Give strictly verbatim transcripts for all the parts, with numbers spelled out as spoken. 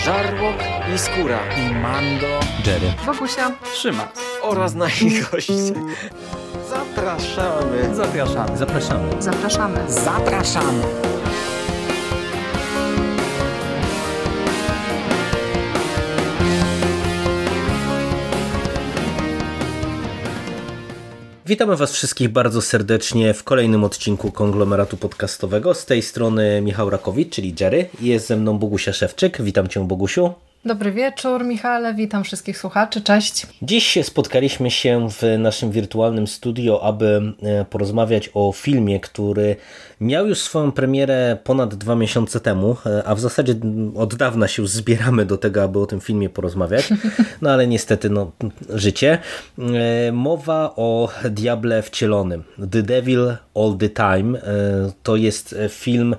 Żarłok i Skóra i Mando, Jerry, Bogusia, Trzyma oraz nasi goście. Zapraszamy. Zapraszamy. Zapraszamy. Zapraszamy. Zapraszamy. Witamy Was wszystkich bardzo serdecznie w kolejnym odcinku Konglomeratu Podcastowego. Z tej strony Michał Rakowicz, czyli Jerry. Jest ze mną Bogusia Szewczyk. Witam Cię, Bogusiu. Dobry wieczór, Michale. Witam wszystkich słuchaczy. Cześć. Dziś spotkaliśmy się w naszym wirtualnym studio, aby porozmawiać o filmie, który miał już swoją premierę ponad dwa miesiące temu, a w zasadzie od dawna się zbieramy do tego, aby o tym filmie porozmawiać. No ale niestety, no, życie. Mowa o Diable Wcielonym. The Devil All the Time. To jest film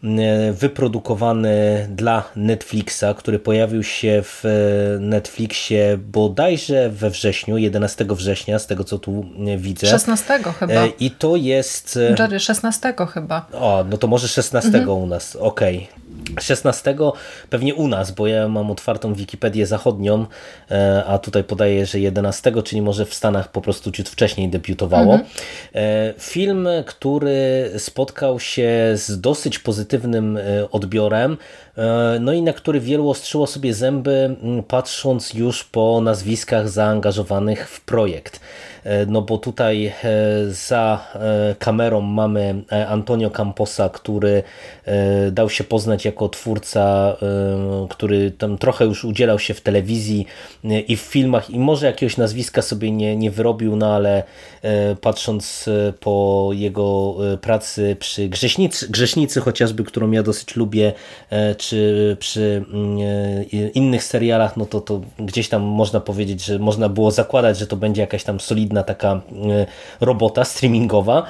wyprodukowany dla Netflixa, który pojawił się w Netflixie bodajże we wrześniu, jedenastego września, z tego co tu widzę. szesnastego chyba. I to jest... Jerry, szesnastego chyba. O, no to może szesnastego mhm. u nas, okej. Okay. szesnastego pewnie u nas, bo ja mam otwartą Wikipedię zachodnią, a tutaj podaję, że jedenastego, czyli może w Stanach po prostu ciut wcześniej debiutowało. Mhm. Film, który spotkał się z dosyć pozytywnym odbiorem, no i na który wielu ostrzyło sobie zęby, patrząc już po nazwiskach zaangażowanych w projekt. No bo tutaj za kamerą mamy Antonio Camposa, który dał się poznać jako twórca, który tam trochę już udzielał się w telewizji i w filmach i może jakiegoś nazwiska sobie nie, nie wyrobił, no ale patrząc po jego pracy przy Grzesznicy, Grzesznicy chociażby, którą ja dosyć lubię, czy przy innych serialach, no to, to gdzieś tam można powiedzieć, że można było zakładać, że to będzie jakaś tam solidna taka robota streamingowa,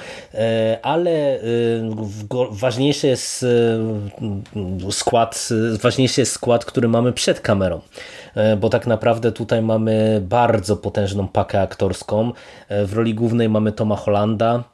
ale ważniejszy jest skład, ważniejszy jest skład, który mamy przed kamerą, bo tak naprawdę tutaj mamy bardzo potężną pakę aktorską. W roli głównej mamy Toma Hollanda,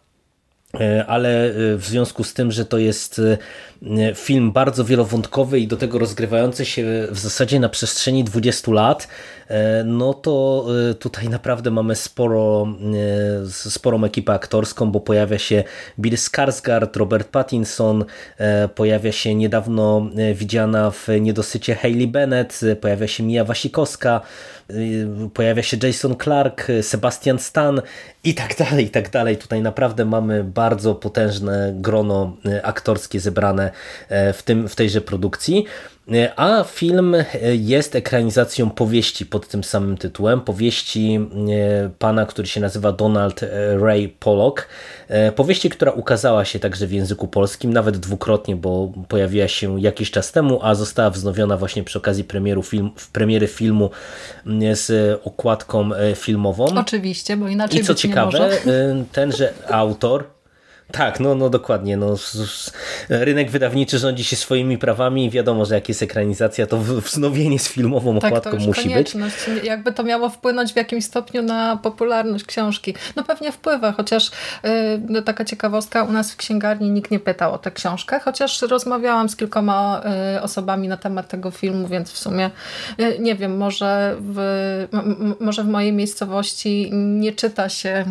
ale w związku z tym, że to jest film bardzo wielowątkowy i do tego rozgrywający się w zasadzie na przestrzeni dwudziestu lat, no to tutaj naprawdę mamy sporo, sporą ekipę aktorską, bo pojawia się Bill Skarsgård, Robert Pattinson, pojawia się niedawno widziana w Niedosycie Hayley Bennett, pojawia się Mia Wasikowska, pojawia się Jason Clarke, Sebastian Stan i tak dalej, i tak dalej. Tutaj naprawdę mamy bardzo potężne grono aktorskie zebrane w, tym, w tejże produkcji. A film jest ekranizacją powieści pod tym samym tytułem. Powieści pana, który się nazywa Donald Ray Pollock. Powieści, która ukazała się także w języku polskim, nawet dwukrotnie, bo pojawiła się jakiś czas temu, a została wznowiona właśnie przy okazji premieru film, premiery filmu z okładką filmową. Oczywiście, bo inaczej I co być ciekawe, nie może. tenże autor... Tak, no, no dokładnie. No, rynek wydawniczy rządzi się swoimi prawami i wiadomo, że jak jest ekranizacja, to wznowienie z filmową okładką tak, to już musi być. Jakby to miało wpłynąć w jakimś stopniu na popularność książki. No pewnie wpływa, chociaż yy, taka ciekawostka, u nas w księgarni nikt nie pytał o tę książkę, chociaż rozmawiałam z kilkoma yy, osobami na temat tego filmu, więc w sumie yy, nie wiem, może w, m, może w mojej miejscowości nie czyta się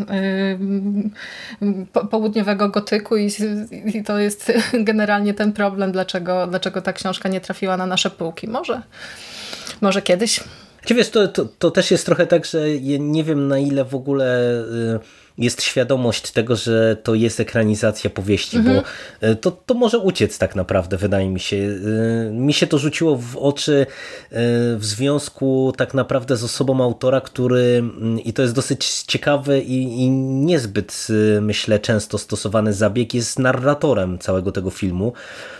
yy, po, południowego gotyku i, i to jest generalnie ten problem, dlaczego, dlaczego ta książka nie trafiła na nasze półki. Może, może kiedyś. Wiesz, to, to, to też jest trochę tak, że nie wiem, na ile w ogóle jest świadomość tego, że to jest ekranizacja powieści, mhm. bo to, to może uciec tak naprawdę, wydaje mi się. Mi się to rzuciło w oczy w związku tak naprawdę z osobą autora, który, i to jest dosyć ciekawy i, i niezbyt, myślę, często stosowany zabieg, jest narratorem całego tego filmu.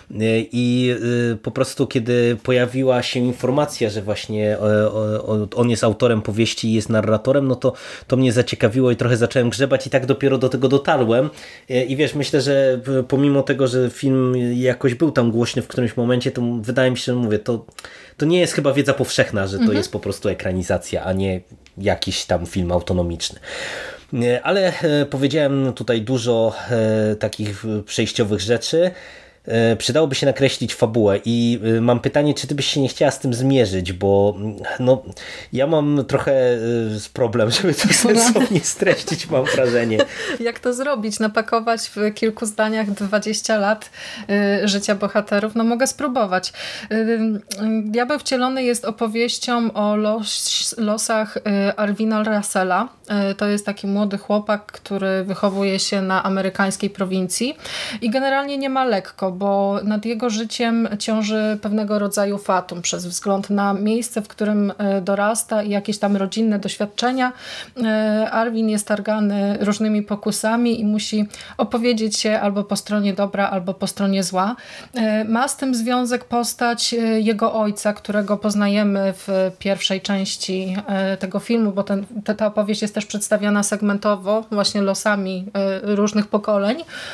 I po prostu kiedy pojawiła się informacja, że właśnie on jest autorem powieści i jest narratorem, no to, to mnie zaciekawiło i trochę zacząłem grzebać i tak dopiero do tego dotarłem. I wiesz, myślę, że pomimo tego, że film jakoś był tam głośny w którymś momencie, to wydaje mi się, że mówię, to, to nie jest chyba wiedza powszechna, że to mhm. jest po prostu ekranizacja, a nie jakiś tam film autonomiczny. Ale powiedziałem tutaj dużo takich przejściowych rzeczy. przydałoby się nakreślić fabułę i mam pytanie, czy ty byś się nie chciała z tym zmierzyć, bo no, ja mam trochę problem, żeby to sensownie streścić, mam wrażenie. Jak to zrobić? Napakować w kilku zdaniach dwadzieścia lat życia bohaterów? No mogę spróbować. Diabeł wcielony jest opowieścią o los, losach Arvina Russella. To jest taki młody chłopak, który wychowuje się na amerykańskiej prowincji i generalnie nie ma lekko, bo nad jego życiem ciąży pewnego rodzaju fatum przez wzgląd na miejsce, w którym dorasta i jakieś tam rodzinne doświadczenia. Arvin jest targany różnymi pokusami i musi opowiedzieć się albo po stronie dobra, albo po stronie zła. Ma z tym związek postać jego ojca, którego poznajemy w pierwszej części tego filmu, bo ten, ta opowieść jest też przedstawiana segmentowo, właśnie losami różnych pokoleń.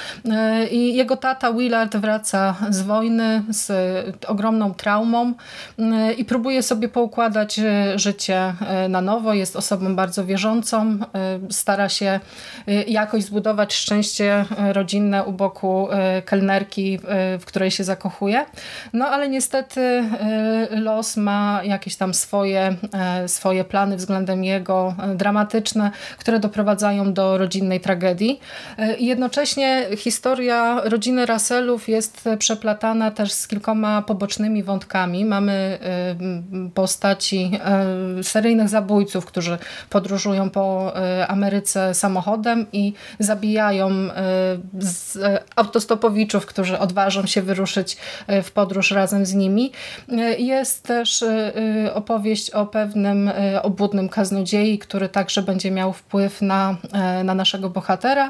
I jego tata Willard wraca z wojny z ogromną traumą i próbuje sobie poukładać życie na nowo. Jest osobą bardzo wierzącą, stara się jakoś zbudować szczęście rodzinne u boku kelnerki, w której się zakochuje. No ale niestety los ma jakieś tam swoje, swoje plany względem jego dramatyczne, które doprowadzają do rodzinnej tragedii. I jednocześnie historia rodziny Russellów jest przeplatana też z kilkoma pobocznymi wątkami. Mamy postaci seryjnych zabójców, którzy podróżują po Ameryce samochodem i zabijają autostopowiczów, którzy odważą się wyruszyć w podróż razem z nimi. Jest też opowieść o pewnym obłudnym kaznodziei, który także będzie miał wpływ na, na naszego bohatera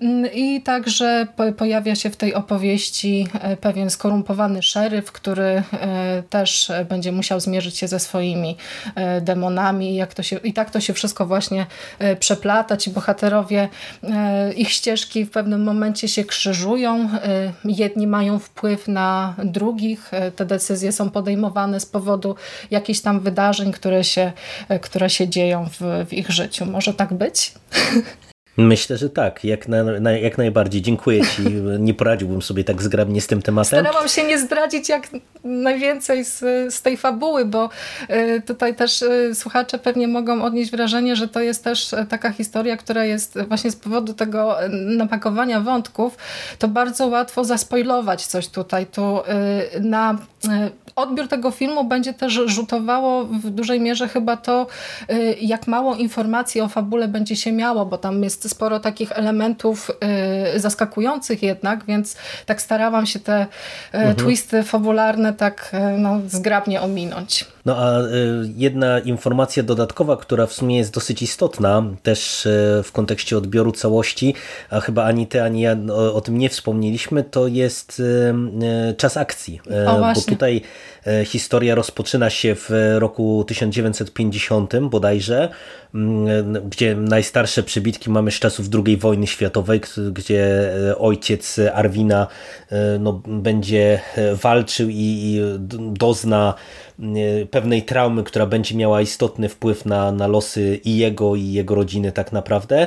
i także pojawia się w tej opowieści pewien skorumpowany szeryf, który też będzie musiał zmierzyć się ze swoimi demonami. Jak to się, i tak to się wszystko właśnie przeplata. Ci bohaterowie, ich ścieżki w pewnym momencie się krzyżują. Jedni mają wpływ na drugich. Te decyzje są podejmowane z powodu jakichś tam wydarzeń, które się, które się dzieją w, w ich życiu. Może tak być? Myślę, że tak, jak, na, na, jak najbardziej. Dziękuję ci. Nie poradziłbym sobie tak zgrabnie z tym tematem. Starałam się nie zdradzić jak najwięcej z, z tej fabuły, bo y, tutaj też y, słuchacze pewnie mogą odnieść wrażenie, że to jest też taka historia, która jest właśnie z powodu tego napakowania wątków, to bardzo łatwo zaspoilować coś tutaj. Tu y, na y, odbiór tego filmu będzie też rzutowało w dużej mierze chyba to, y, jak mało informacji o fabule będzie się miało, bo tam jest sporo takich elementów y, zaskakujących jednak, więc tak starałam się te y, mhm. twisty fabularne tak y, no, zgrabnie ominąć. No a y, jedna informacja dodatkowa, która w sumie jest dosyć istotna też y, w kontekście odbioru całości, a chyba ani ty, ani ja o, o tym nie wspomnieliśmy, to jest y, y, czas akcji. Y, o, bo tutaj y, historia rozpoczyna się w roku tysiąc dziewięćset pięćdziesiątym bodajże, y, gdzie najstarsze przybitki mamy z czasów drugiej wojny światowej, gdzie ojciec Arvina y, no, będzie walczył i, i dozna pewnej traumy, która będzie miała istotny wpływ na, na losy i jego, i jego rodziny tak naprawdę,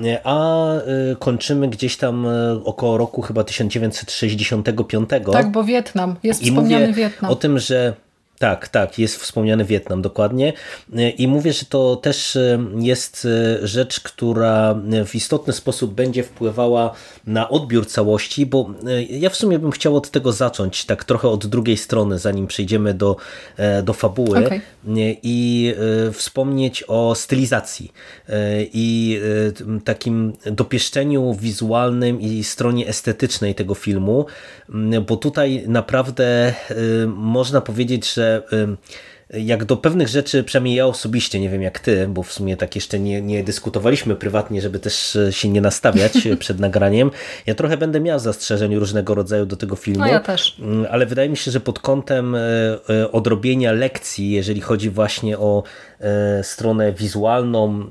a kończymy gdzieś tam około roku chyba tysiąc dziewięćset sześćdziesiątego piątego. Tak, bo Wietnam, jest I wspomniany mówię Wietnam. o tym, że Tak, tak, jest wspomniany Wietnam, dokładnie. I mówię, że to też jest rzecz, która w istotny sposób będzie wpływała na odbiór całości, bo ja w sumie bym chciał od tego zacząć, tak trochę od drugiej strony, zanim przejdziemy do, do fabuły okay. i wspomnieć o stylizacji i takim dopieszczeniu wizualnym i stronie estetycznej tego filmu, bo tutaj naprawdę można powiedzieć, że jak do pewnych rzeczy, przynajmniej ja osobiście, nie wiem jak ty, bo w sumie tak jeszcze nie, nie dyskutowaliśmy prywatnie, żeby też się nie nastawiać przed nagraniem. Ja trochę będę miał zastrzeżeń różnego rodzaju do tego filmu. No ja też. Ale wydaje mi się, że pod kątem odrobienia lekcji, jeżeli chodzi właśnie o stronę wizualną,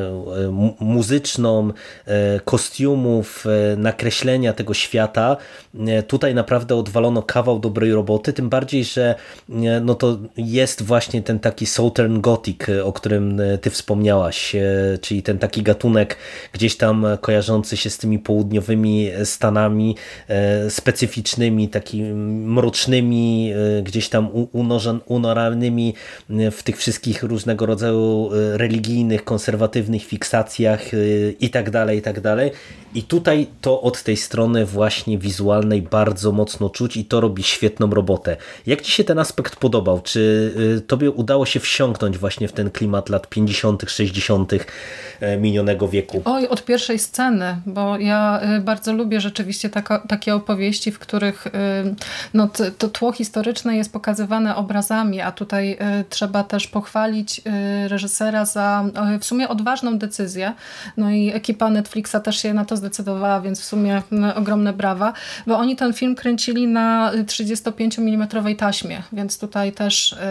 muzyczną, kostiumów, nakreślenia tego świata, tutaj naprawdę odwalono kawał dobrej roboty, tym bardziej, że no to jest właśnie ten taki Southern Gothic, o którym ty wspomniałaś, czyli ten taki gatunek gdzieś tam kojarzący się z tymi południowymi Stanami, specyficznymi, takimi mrocznymi, gdzieś tam unoranymi w tych wszystkich różnego rodzaju religijnych, konserwatywnych fiksacjach i tak dalej, i tak dalej. I tutaj to od tej strony właśnie wizualnej bardzo mocno czuć i to robi świetną robotę. Jak ci się ten aspekt podobał? Czy tobie udało się wsiąknąć właśnie w ten klimat lat pięćdziesiątych, sześćdziesiątych minionego wieku? Oj, od pierwszej sceny, bo ja bardzo lubię rzeczywiście taka, takie opowieści, w których no, to tło historyczne jest pokazywane obrazami, a tutaj trzeba też pochwalić reżysera za w sumie odważną decyzję. No i ekipa Netflixa też się na to zdecydowała, więc w sumie ogromne brawa, bo oni ten film kręcili na trzydziestopięciomilimetrowej taśmie, więc tutaj też y,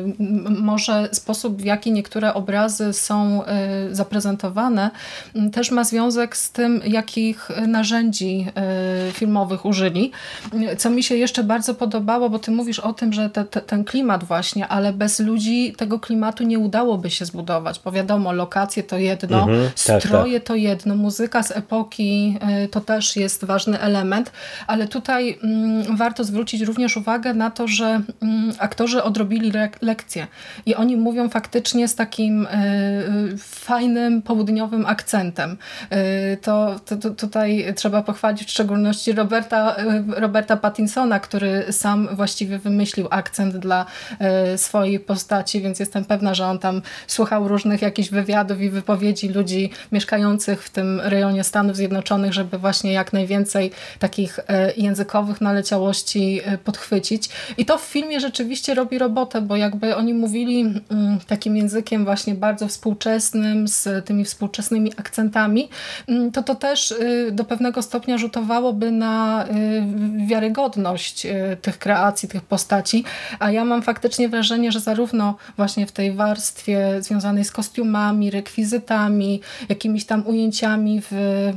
może sposób, w jaki niektóre obrazy są y, zaprezentowane, y, też ma związek z tym, jakich narzędzi y, filmowych użyli. Co mi się jeszcze bardzo podobało, bo ty mówisz o tym, że te, te, ten klimat właśnie, ale bez ludzi tego klimatu nie udałoby się zbudować, bo wiadomo, lokacje to jedno, mhm, stroje tak, tak. to jedno, muzyka z epoki to też jest ważny element, ale tutaj mm, warto zwrócić również uwagę na to, że mm, aktorzy odrobili le- lekcje i oni mówią faktycznie z takim y, fajnym, południowym akcentem. Y, to, to, to tutaj trzeba pochwalić w szczególności Roberta, y, Roberta Pattinsona, który sam właściwie wymyślił akcent dla y, swojej postaci, więc jestem pewna, że on tam słuchał różnych jakichś wywiadów i wypowiedzi ludzi mieszkających w tym rejonie Stanów Zjednoczonych, żeby właśnie jak najwięcej takich językowych naleciałości podchwycić. I to w filmie rzeczywiście robi robotę, bo jakby oni mówili takim językiem właśnie bardzo współczesnym, z tymi współczesnymi akcentami, to to też do pewnego stopnia rzutowałoby na wiarygodność tych kreacji, tych postaci, a ja mam faktycznie wrażenie, że zarówno właśnie w tej warstwie związanej z kostiumami, rekwizytami, jakimiś tam ujęciami w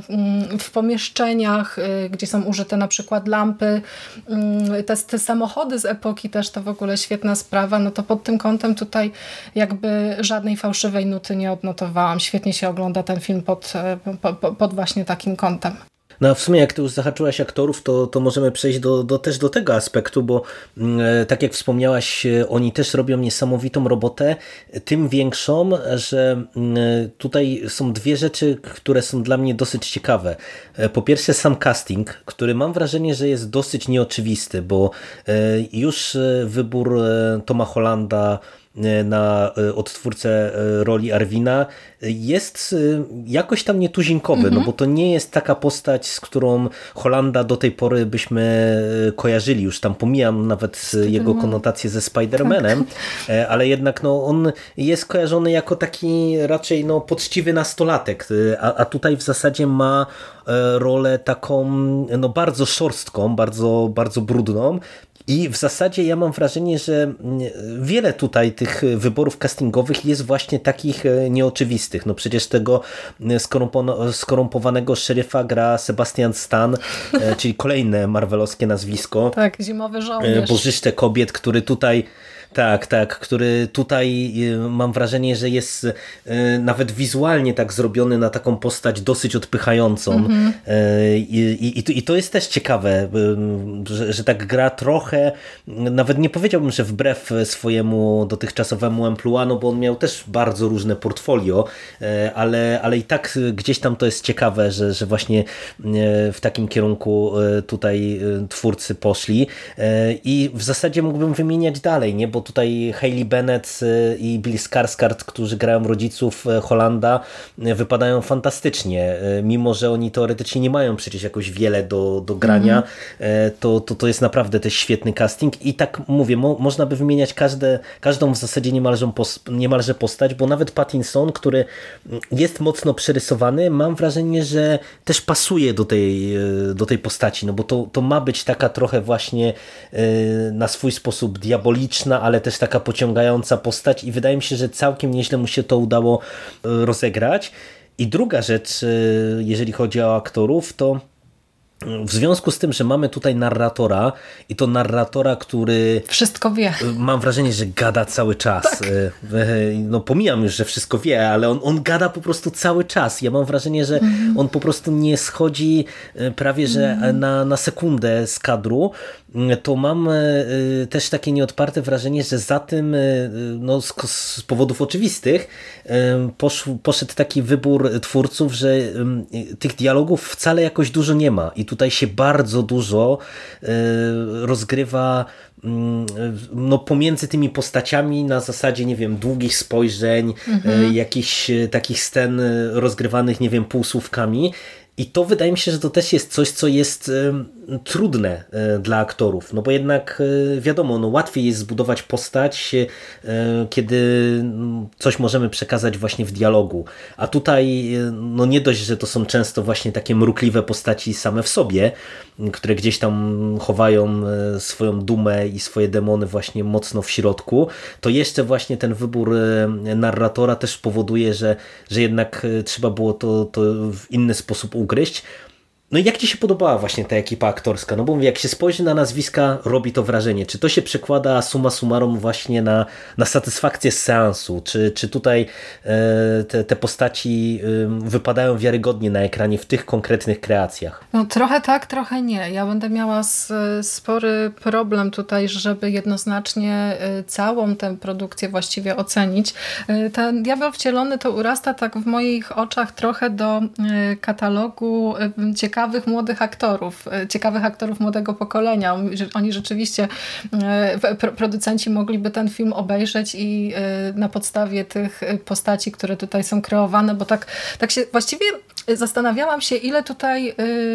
w pomieszczeniach, gdzie są użyte na przykład lampy, te, te samochody z epoki też to w ogóle świetna sprawa, no to pod tym kątem tutaj jakby żadnej fałszywej nuty nie odnotowałam. Świetnie się ogląda ten film pod, pod, pod właśnie takim kątem. No a w sumie jak ty już zahaczyłaś aktorów, to, to możemy przejść do, do, też do tego aspektu, bo e, tak jak wspomniałaś, oni też robią niesamowitą robotę, tym większą, że e, tutaj są dwie rzeczy, które są dla mnie dosyć ciekawe. E, po pierwsze sam casting, który mam wrażenie, że jest dosyć nieoczywisty, bo e, już wybór e, Toma Hollanda na odtwórcę roli Arwina jest jakoś tam nietuzinkowy, mm-hmm. no bo to nie jest taka postać, z którą Hollanda do tej pory byśmy kojarzyli, już tam pomijam nawet Spider-Man. Jego konotacje ze Spider-Manem, tak. ale jednak no, on jest kojarzony jako taki raczej no, poczciwy nastolatek, a, a tutaj w zasadzie ma rolę taką no, bardzo szorstką, bardzo, bardzo brudną. I w zasadzie ja mam wrażenie, że wiele tutaj tych wyborów castingowych jest właśnie takich nieoczywistych. No przecież tego skorumpowanego szeryfa gra Sebastian Stan, czyli kolejne marvelowskie nazwisko. Tak, zimowy żołnierz. Bożyszcze kobiet, który tutaj Tak, tak, który tutaj mam wrażenie, że jest nawet wizualnie tak zrobiony na taką postać dosyć odpychającą. Mm-hmm. I, i, I to jest też ciekawe, że, że tak gra trochę, nawet nie powiedziałbym, że wbrew swojemu dotychczasowemu emploi, no bo on miał też bardzo różne portfolio, ale, ale i tak gdzieś tam to jest ciekawe, że, że właśnie w takim kierunku tutaj twórcy poszli i w zasadzie mógłbym wymieniać dalej, nie? Bo tutaj Hayley Bennett i Bill Skarsgård, którzy grają rodziców Hollanda, wypadają fantastycznie. Mimo że oni teoretycznie nie mają przecież jakoś wiele do, do grania, mm. to, to, to jest naprawdę też świetny casting i tak mówię, mo, można by wymieniać każde, każdą w zasadzie niemalże, niemalże postać, bo nawet Pattinson, który jest mocno przerysowany, mam wrażenie, że też pasuje do tej, do tej postaci, no bo to, to ma być taka trochę właśnie na swój sposób diaboliczna, ale też taka pociągająca postać i wydaje mi się, że całkiem nieźle mu się to udało rozegrać. I druga rzecz, jeżeli chodzi o aktorów, to w związku z tym, że mamy tutaj narratora i to narratora, który wszystko wie. Mam wrażenie, że gada cały czas. Tak. No pomijam już, że wszystko wie, ale on, on gada po prostu cały czas. Ja mam wrażenie, że mm. on po prostu nie schodzi prawie, że mm. na, na sekundę z kadru. To mam też takie nieodparte wrażenie, że za tym, no z, z powodów oczywistych, poszł, poszedł taki wybór twórców, że tych dialogów wcale jakoś dużo nie ma. I tutaj się bardzo dużo rozgrywa no, pomiędzy tymi postaciami na zasadzie, nie wiem, długich spojrzeń, mhm. jakichś takich scen rozgrywanych, nie wiem, półsłówkami. I to wydaje mi się, że to też jest coś, co jest y, trudne y, dla aktorów, no bo jednak y, wiadomo, no łatwiej jest zbudować postać, y, kiedy coś możemy przekazać właśnie w dialogu, a tutaj y, no nie dość, że to są często właśnie takie mrukliwe postaci same w sobie, y, które gdzieś tam chowają y, swoją dumę i swoje demony właśnie mocno w środku, to jeszcze właśnie ten wybór y, narratora też powoduje, że, że jednak y, trzeba było to, to w inny sposób ugryźć. No i jak ci się podobała właśnie ta ekipa aktorska? No bo mówię, jak się spojrzy na nazwiska, robi to wrażenie. Czy to się przekłada summa summarum właśnie na, na satysfakcję z seansu? Czy, czy tutaj e, te, te postaci e, wypadają wiarygodnie na ekranie w tych konkretnych kreacjach? No trochę tak, trochę nie. Ja będę miała s, spory problem tutaj, żeby jednoznacznie e, całą tę produkcję właściwie ocenić. E, ten Diabeł Wcielony to urasta tak w moich oczach trochę do e, katalogu e, ciekawych ciekawych młodych aktorów, ciekawych aktorów młodego pokolenia. Oni rzeczywiście, producenci mogliby ten film obejrzeć i na podstawie tych postaci, które tutaj są kreowane, bo tak, tak się właściwie zastanawiałam się, ile tutaj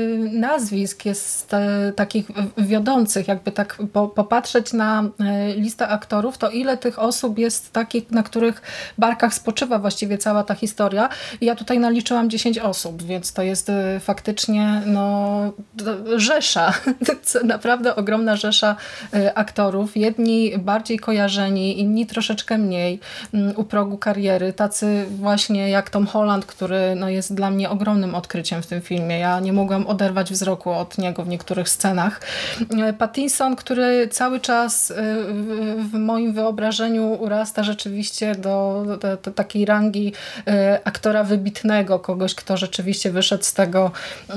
nazwisk jest takich wiodących, jakby tak popatrzeć na listę aktorów, to ile tych osób jest takich, na których barkach spoczywa właściwie cała ta historia. I ja tutaj naliczyłam dziesięć osób, więc to jest faktycznie no, rzesza, naprawdę ogromna rzesza aktorów. Jedni bardziej kojarzeni, inni troszeczkę mniej u progu kariery. Tacy właśnie jak Tom Holland, który no, jest dla mnie ogromnym odkryciem w tym filmie. Ja nie mogłam oderwać wzroku od niego w niektórych scenach. Pattinson, który cały czas w moim wyobrażeniu urasta rzeczywiście do, do, do takiej rangi aktora wybitnego, kogoś, kto rzeczywiście wyszedł z tego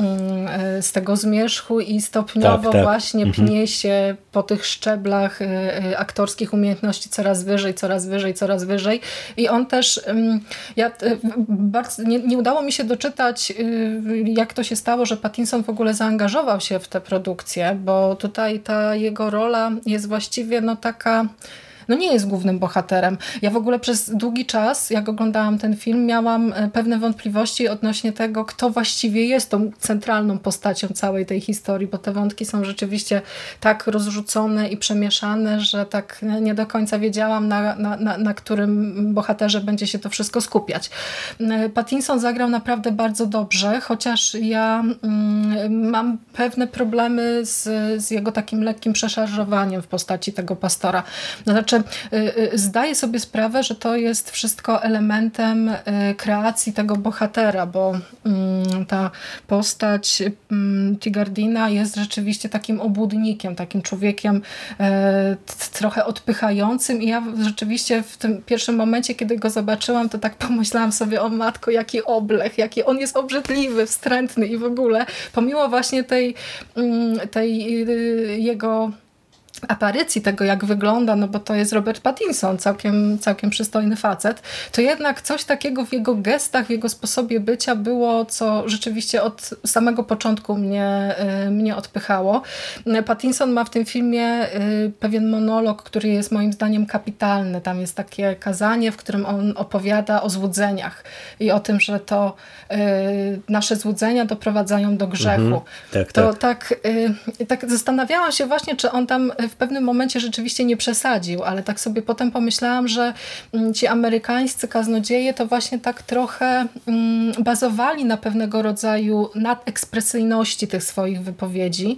z tego zmierzchu i stopniowo tak, tak. właśnie mhm. pnie się po tych szczeblach aktorskich umiejętności coraz wyżej, coraz wyżej, coraz wyżej. I on też, ja bardzo, nie, nie udało mi się doczytać, jak to się stało, że Pattinson w ogóle zaangażował się w tę produkcję, bo tutaj ta jego rola jest właściwie no taka no nie jest głównym bohaterem. Ja w ogóle przez długi czas, jak oglądałam ten film, miałam pewne wątpliwości odnośnie tego, kto właściwie jest tą centralną postacią całej tej historii, bo te wątki są rzeczywiście tak rozrzucone i przemieszane, że tak nie do końca wiedziałam, na, na, na, na którym bohaterze będzie się to wszystko skupiać. Pattinson zagrał naprawdę bardzo dobrze, chociaż ja mm, mam pewne problemy z, z jego takim lekkim przeszarżowaniem w postaci tego pastora. Znaczy, zdaję sobie sprawę, że to jest wszystko elementem kreacji tego bohatera, bo ta postać Tigardina jest rzeczywiście takim obłudnikiem, takim człowiekiem trochę odpychającym i ja rzeczywiście w tym pierwszym momencie, kiedy go zobaczyłam, to tak pomyślałam sobie, o matko, jaki oblech, jaki on jest obrzydliwy, wstrętny i w ogóle, pomimo właśnie tej, tej jego aparycji tego, jak wygląda, no bo to jest Robert Pattinson, całkiem, całkiem przystojny facet, to jednak coś takiego w jego gestach, w jego sposobie bycia było, co rzeczywiście od samego początku mnie, mnie odpychało. Pattinson ma w tym filmie pewien monolog, który jest moim zdaniem kapitalny. Tam jest takie kazanie, w którym on opowiada o złudzeniach i o tym, że to nasze złudzenia doprowadzają do grzechu. Mhm, tak, to tak. Tak, tak zastanawiałam się właśnie, czy on tam w pewnym momencie rzeczywiście nie przesadził, ale tak sobie potem pomyślałam, że ci amerykańscy kaznodzieje to właśnie tak trochę bazowali na pewnego rodzaju nadekspresyjności tych swoich wypowiedzi,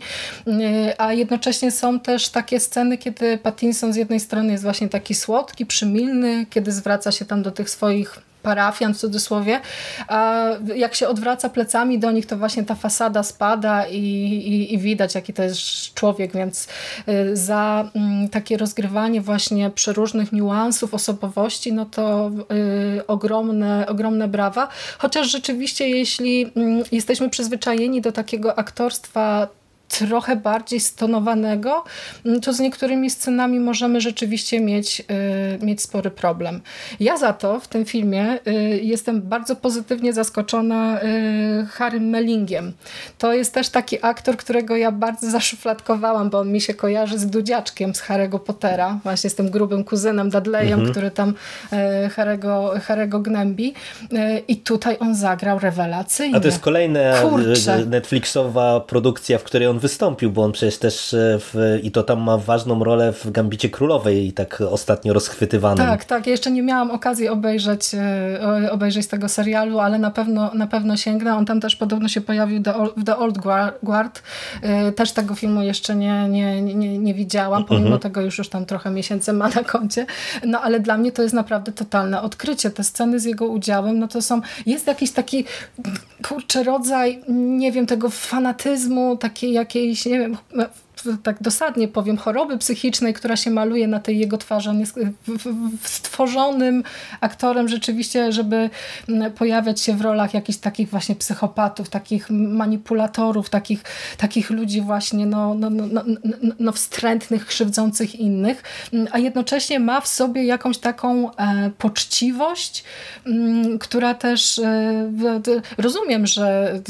a jednocześnie są też takie sceny, kiedy Pattinson z jednej strony jest właśnie taki słodki, przymilny, kiedy zwraca się tam do tych swoich parafian w cudzysłowie, a jak się odwraca plecami do nich, to właśnie ta fasada spada i, i, i widać, jaki to jest człowiek, więc za takie rozgrywanie właśnie przeróżnych niuansów osobowości, no to y, ogromne, ogromne brawa. Chociaż rzeczywiście, jeśli y, jesteśmy przyzwyczajeni do takiego aktorstwa trochę bardziej stonowanego, to z niektórymi scenami możemy rzeczywiście mieć, y, mieć spory problem. Ja za to w tym filmie y, jestem bardzo pozytywnie zaskoczona y, Harrym Mellingiem. To jest też taki aktor, którego ja bardzo zaszufladkowałam, bo on mi się kojarzy z Dudziaczkiem z Harry'ego Pottera, właśnie z tym grubym kuzynem Dudleyem, mhm. który tam y, Harry'ego, Harry'ego gnębi. Y, I tutaj on zagrał rewelacyjnie. A to jest kolejna Kurczę. Netflixowa produkcja, w której on wystąpił, bo on przecież też w, i to tam ma ważną rolę w Gambicie Królowej i tak ostatnio rozchwytywanym. Tak, tak. Ja jeszcze nie miałam okazji obejrzeć, obejrzeć tego serialu, ale na pewno, na pewno sięgnę. On tam też podobno się pojawił w The Old Guard. Też tego filmu jeszcze nie, nie, nie, nie widziałam, pomimo mhm. tego już, już tam trochę miesięcy ma na koncie. No ale dla mnie to jest naprawdę totalne odkrycie. Te sceny z jego udziałem, no to są, jest jakiś taki kurczę rodzaj, nie wiem, tego fanatyzmu, takiej jakiejś, nie wiem, tak dosadnie powiem, choroby psychicznej, która się maluje na tej jego twarzy. On jest stworzonym aktorem rzeczywiście, żeby pojawiać się w rolach jakichś takich właśnie psychopatów, takich manipulatorów, takich, takich ludzi właśnie no, no, no, no, no wstrętnych, krzywdzących innych, a jednocześnie ma w sobie jakąś taką e, poczciwość, m, która też e, rozumiem, że e,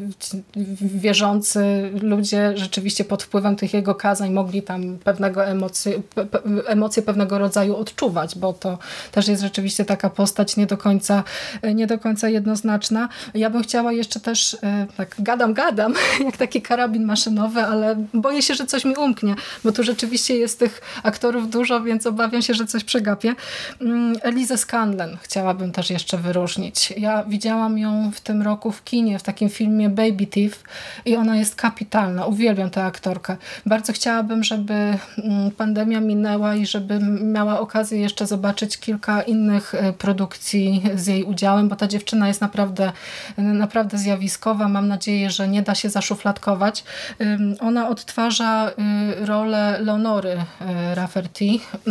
wierzący ludzie rzeczywiście pod wpływem tych jego kazań mogli tam pewnego emocje, pe, pe, emocje pewnego rodzaju odczuwać, bo to też jest rzeczywiście taka postać nie do końca, nie do końca jednoznaczna. Ja bym chciała jeszcze też, tak gadam, gadam, jak taki karabin maszynowy, ale boję się, że coś mi umknie, bo tu rzeczywiście jest tych aktorów dużo, więc obawiam się, że coś przegapię. Elizę Scanlen chciałabym też jeszcze wyróżnić. Ja widziałam ją w tym roku w kinie, w takim filmie Baby Thief i ona jest kapitalna. Uwielbiam tę aktorkę. Bardzo chciałabym, żeby pandemia minęła i żebym miała okazję jeszcze zobaczyć kilka innych produkcji z jej udziałem, bo ta dziewczyna jest naprawdę, naprawdę zjawiskowa. Mam nadzieję, że nie da się zaszufladkować. Ona odtwarza rolę Leonory Rafferty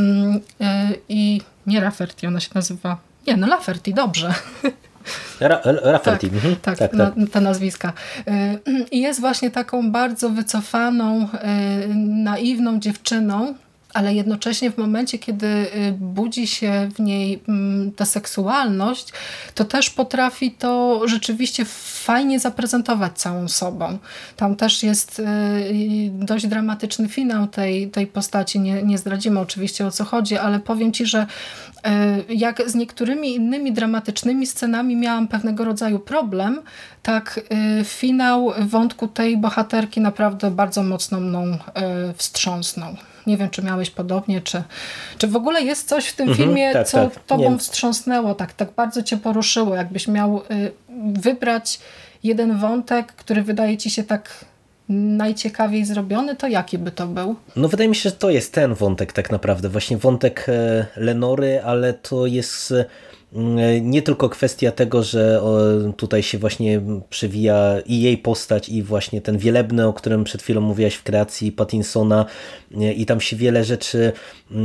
i nie Rafferty, ona się nazywa... Nie, no Lafferty, dobrze. Rafferty. Tak, mhm. tak, tak, tak. Na, te nazwiska. I jest właśnie taką bardzo wycofaną, naiwną dziewczyną, ale jednocześnie w momencie, kiedy budzi się w niej ta seksualność, to też potrafi to rzeczywiście fajnie zaprezentować całą sobą. Tam też jest dość dramatyczny finał tej, tej postaci. Nie, nie zdradzimy oczywiście, o co chodzi, ale powiem Ci, że jak z niektórymi innymi dramatycznymi scenami miałam pewnego rodzaju problem, tak finał wątku tej bohaterki naprawdę bardzo mocno mną wstrząsnął. Nie wiem, czy miałeś podobnie, czy, czy w ogóle jest coś w tym mhm, filmie, tak, co tak. tobą nie. wstrząsnęło, tak, tak bardzo cię poruszyło. Jakbyś miał wybrać jeden wątek, który wydaje ci się tak najciekawiej zrobiony, to jaki by to był? No wydaje mi się, że to jest ten wątek tak naprawdę. Właśnie wątek Lenory, ale to jest nie tylko kwestia tego, że tutaj się właśnie przewija i jej postać, i właśnie ten Wielebny, o którym przed chwilą mówiłaś w kreacji Pattinsona, i tam się wiele rzeczy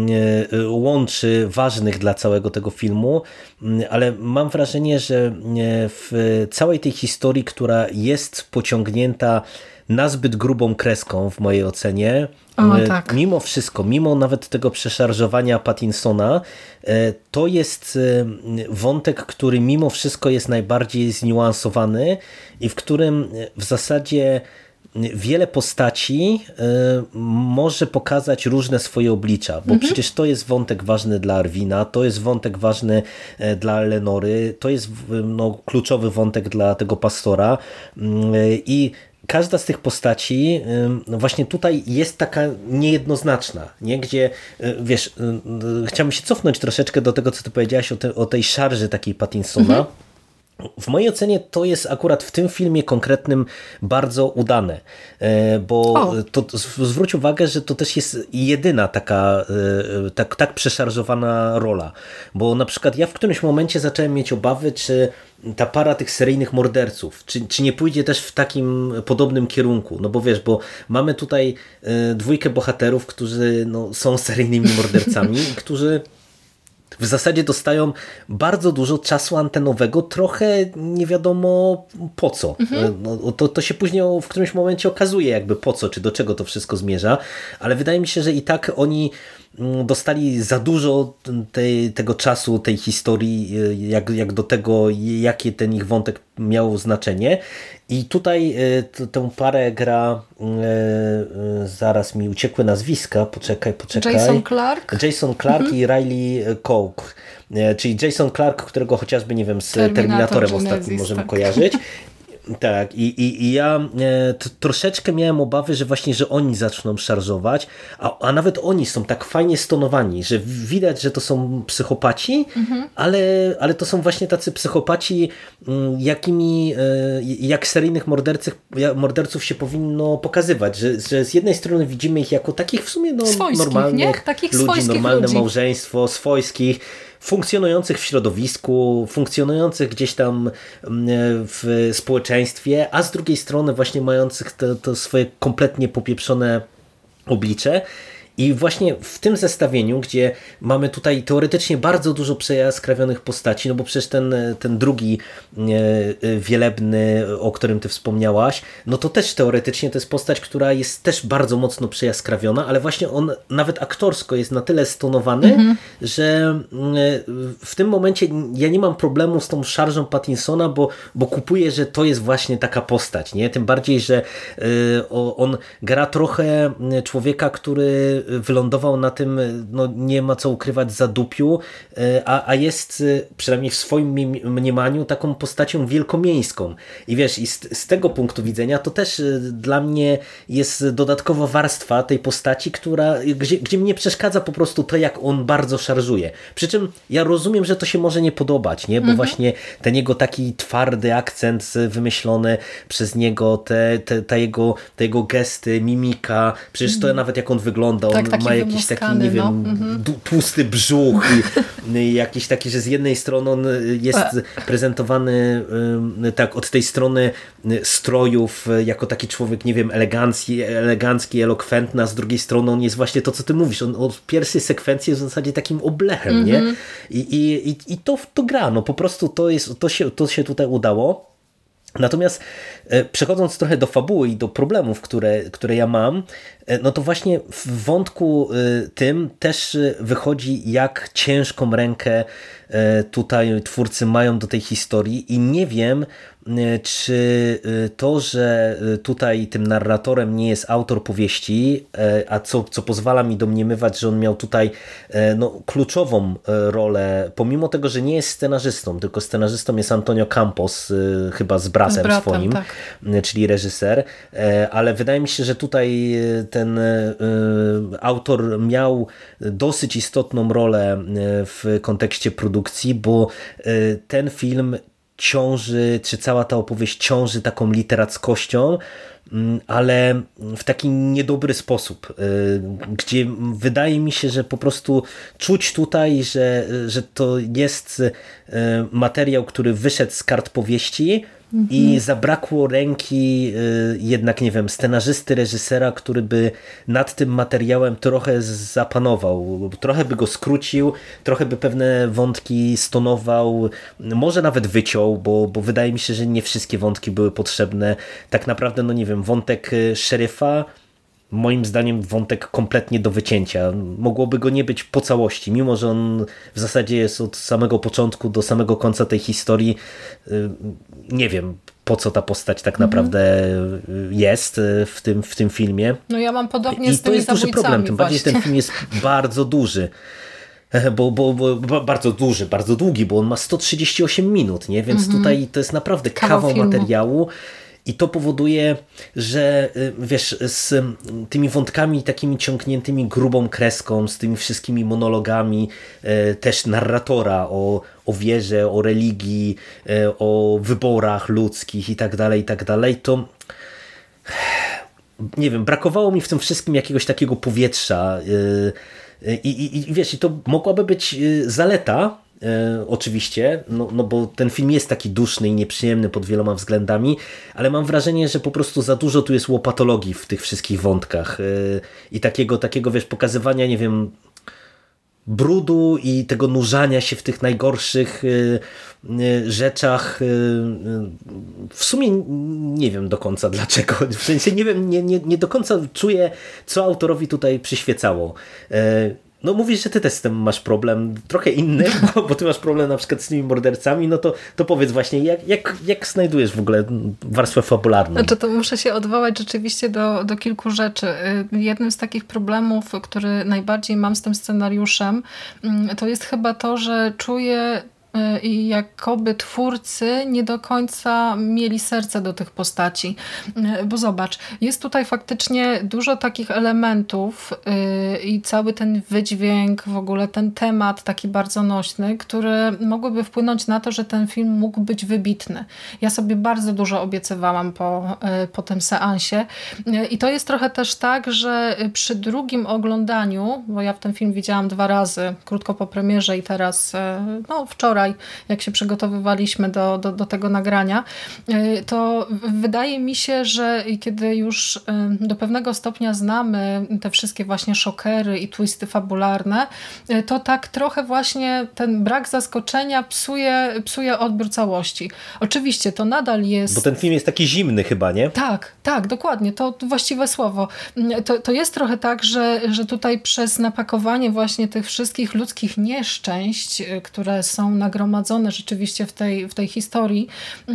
łączy ważnych dla całego tego filmu, ale mam wrażenie, że w całej tej historii, która jest pociągnięta nazbyt grubą kreską w mojej ocenie, o, tak. mimo wszystko, mimo nawet tego przeszarżowania Pattinsona, to jest wątek, który mimo wszystko jest najbardziej zniuansowany i w którym w zasadzie wiele postaci może pokazać różne swoje oblicza, bo mhm. przecież to jest wątek ważny dla Arwina, to jest wątek ważny dla Lenory, to jest no, kluczowy wątek dla tego pastora i każda z tych postaci właśnie tutaj jest taka niejednoznaczna, nie? Gdzie, wiesz, chciałbym się cofnąć troszeczkę do tego, co ty powiedziałaś o, te, o tej szarży takiej Pattinsona, w mojej ocenie to jest akurat w tym filmie konkretnym bardzo udane, bo to, zwróć uwagę, że to też jest jedyna taka tak, tak przeszarżowana rola, bo na przykład ja w którymś momencie zacząłem mieć obawy, czy ta para tych seryjnych morderców, czy, czy nie pójdzie też w takim podobnym kierunku, no bo wiesz, bo mamy tutaj dwójkę bohaterów, którzy no, są seryjnymi mordercami, którzy w zasadzie dostają bardzo dużo czasu antenowego, trochę nie wiadomo po co. Mhm. No, to, to się później w którymś momencie okazuje jakby po co, czy do czego to wszystko zmierza, ale wydaje mi się, że i tak oni dostali za dużo tej, tego czasu, tej historii, jak, jak do tego, jakie ten ich wątek miał znaczenie. I tutaj t, tę parę gra, e, zaraz mi uciekły nazwiska, poczekaj, poczekaj. Jason Clarke? Jason Clarke mhm. i Riley Cook, e, czyli Jason Clarke, którego chociażby, nie wiem, z Terminator Terminatorem Genesis, ostatnim możemy tak. kojarzyć. Tak, i, i, i ja e, t, troszeczkę miałem obawy, że właśnie, że oni zaczną szarżować, a, a nawet oni są tak fajnie stonowani, że widać, że to są psychopaci, mhm. ale, ale to są właśnie tacy psychopaci, m, jakimi e, jak seryjnych morderców, morderców się powinno pokazywać, że, że z jednej strony widzimy ich jako takich w sumie no, normalnych takich ludzi, normalne ludzi. małżeństwo, swojskich, funkcjonujących w środowisku, funkcjonujących gdzieś tam w społeczeństwie, a z drugiej strony właśnie mających to, to swoje kompletnie popieprzone oblicze. I właśnie w tym zestawieniu, gdzie mamy tutaj teoretycznie bardzo dużo przejaskrawionych postaci, no bo przecież ten, ten drugi wielebny, o którym ty wspomniałaś, no to też teoretycznie to jest postać, która jest też bardzo mocno przejaskrawiona, ale właśnie on nawet aktorsko jest na tyle stonowany, mhm. że w tym momencie ja nie mam problemu z tą szarżą Pattinsona, bo, bo kupuję, że to jest właśnie taka postać, nie? Tym bardziej, że on gra trochę człowieka, który wylądował na tym, no nie ma co ukrywać, zadupiu, a, a jest przynajmniej w swoim mniemaniu taką postacią wielkomiejską. I wiesz, i z, z tego punktu widzenia to też dla mnie jest dodatkowa warstwa tej postaci, która, gdzie, gdzie mnie przeszkadza po prostu to, jak on bardzo szarżuje. Przy czym ja rozumiem, że to się może nie podobać, nie? Bo mhm. właśnie ten jego taki twardy akcent wymyślony przez niego, te, te, te, jego, te jego gesty, mimika, przecież to mhm. nawet jak on wygląda, tak, on ma jakiś taki, nie wiem, no. mhm. tłusty brzuch i, i jakiś taki, że z jednej strony on jest prezentowany tak od tej strony strojów jako taki człowiek, nie wiem, elegancki, elegancki, elokwentny, a z drugiej strony on jest właśnie to, co ty mówisz. On od pierwszej sekwencji jest w zasadzie takim oblechem, mm-hmm. nie? I, i, i, i to, to gra, no po prostu to, jest, to, się, to się tutaj udało. Natomiast przechodząc trochę do fabuły i do problemów, które, które ja mam, no to właśnie w wątku tym też wychodzi, jak ciężką rękę tutaj twórcy mają do tej historii i nie wiem, czy to, że tutaj tym narratorem nie jest autor powieści, a co, co pozwala mi domniemywać, że on miał tutaj no, kluczową rolę, pomimo tego, że nie jest scenarzystą, tylko scenarzystą jest Antonio Campos, chyba z bratem, z bratem swoim, tak. czyli reżyser, ale wydaje mi się, że tutaj ten autor miał dosyć istotną rolę w kontekście produkcji, bo ten film ciąży, czy cała ta opowieść ciąży taką literackością, ale w taki niedobry sposób, gdzie wydaje mi się, że po prostu czuć tutaj, że, że to jest materiał, który wyszedł z kart powieści mhm. i zabrakło ręki jednak, nie wiem, scenarzysty, reżysera, który by nad tym materiałem trochę zapanował, trochę by go skrócił, trochę by pewne wątki stonował, może nawet wyciął, bo, bo wydaje mi się, że nie wszystkie wątki były potrzebne. Tak naprawdę, no nie wiem, wątek szeryfa, moim zdaniem wątek kompletnie do wycięcia. Mogłoby go nie być po całości, mimo że on w zasadzie jest od samego początku do samego końca tej historii. Nie wiem, po co ta postać tak naprawdę mhm. jest w tym, w tym filmie. No ja mam podobnie I z tymi to jest duży problem, tym bardziej, że ten film jest bardzo duży. Bo, bo, bo bardzo duży, bardzo długi, bo on ma sto trzydzieści osiem minut, nie? Więc mhm. tutaj to jest naprawdę kawał, kawał materiału. I to powoduje, że wiesz, z tymi wątkami takimi ciągniętymi grubą kreską, z tymi wszystkimi monologami też narratora o, o wierze, o religii, o wyborach ludzkich i tak dalej, i tak dalej, to nie wiem, brakowało mi w tym wszystkim jakiegoś takiego powietrza i, i, i wiesz, i to mogłaby być zaleta, E, oczywiście, no, no bo ten film jest taki duszny i nieprzyjemny pod wieloma względami, ale mam wrażenie, że po prostu za dużo tu jest łopatologii w tych wszystkich wątkach e, i takiego, takiego wiesz, pokazywania, nie wiem, brudu i tego nurzania się w tych najgorszych y, y, rzeczach. Y, y, w sumie nie wiem do końca dlaczego. W sensie nie wiem, nie, nie, nie do końca czuję, co autorowi tutaj przyświecało. Y, No mówisz, że ty też z tym masz problem trochę inny, bo, bo ty masz problem na przykład z tymi mordercami, no to, to powiedz właśnie, jak, jak, jak znajdujesz w ogóle warstwę fabularną? Znaczy to muszę się odwołać rzeczywiście do, do kilku rzeczy. Jednym z takich problemów, który najbardziej mam z tym scenariuszem, to jest chyba to, że czuję i jakoby twórcy nie do końca mieli serce do tych postaci. Bo zobacz, jest tutaj faktycznie dużo takich elementów yy, i cały ten wydźwięk, w ogóle ten temat taki bardzo nośny, które mogłyby wpłynąć na to, że ten film mógł być wybitny. Ja sobie bardzo dużo obiecywałam po, yy, po tym seansie yy, i to jest trochę też tak, że przy drugim oglądaniu, bo ja w ten film widziałam dwa razy, krótko po premierze i teraz yy, no wczoraj, jak się przygotowywaliśmy do, do, do tego nagrania, to wydaje mi się, że kiedy już do pewnego stopnia znamy te wszystkie właśnie szokery i twisty fabularne, to tak trochę właśnie ten brak zaskoczenia psuje, psuje odbiór całości. Oczywiście to nadal jest... Bo ten film jest taki zimny chyba, nie? Tak, tak, dokładnie. To właściwe słowo. To, to jest trochę tak, że, że tutaj przez napakowanie właśnie tych wszystkich ludzkich nieszczęść, które są nagromadzone rzeczywiście w tej, w tej historii,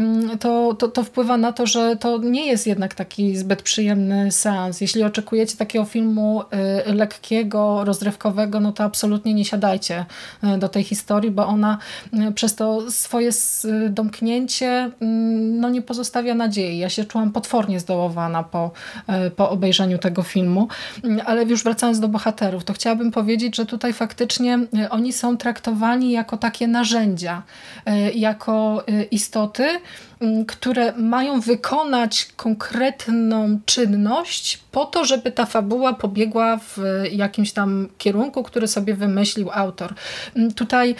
to, to, to wpływa na to, że to nie jest jednak taki zbyt przyjemny seans. Jeśli oczekujecie takiego filmu y, lekkiego, rozrywkowego, no to absolutnie nie siadajcie y, do tej historii, bo ona y, przez to swoje y, domknięcie y, no nie pozostawia nadziei. Ja się czułam potwornie zdołowana po, y, po obejrzeniu tego filmu, y, ale już wracając do bohaterów, to chciałabym powiedzieć, że tutaj faktycznie y, oni są traktowani jako takie narzędzia, y, jako y, istoty, które mają wykonać konkretną czynność po to, żeby ta fabuła pobiegła w jakimś tam kierunku, który sobie wymyślił autor. Tutaj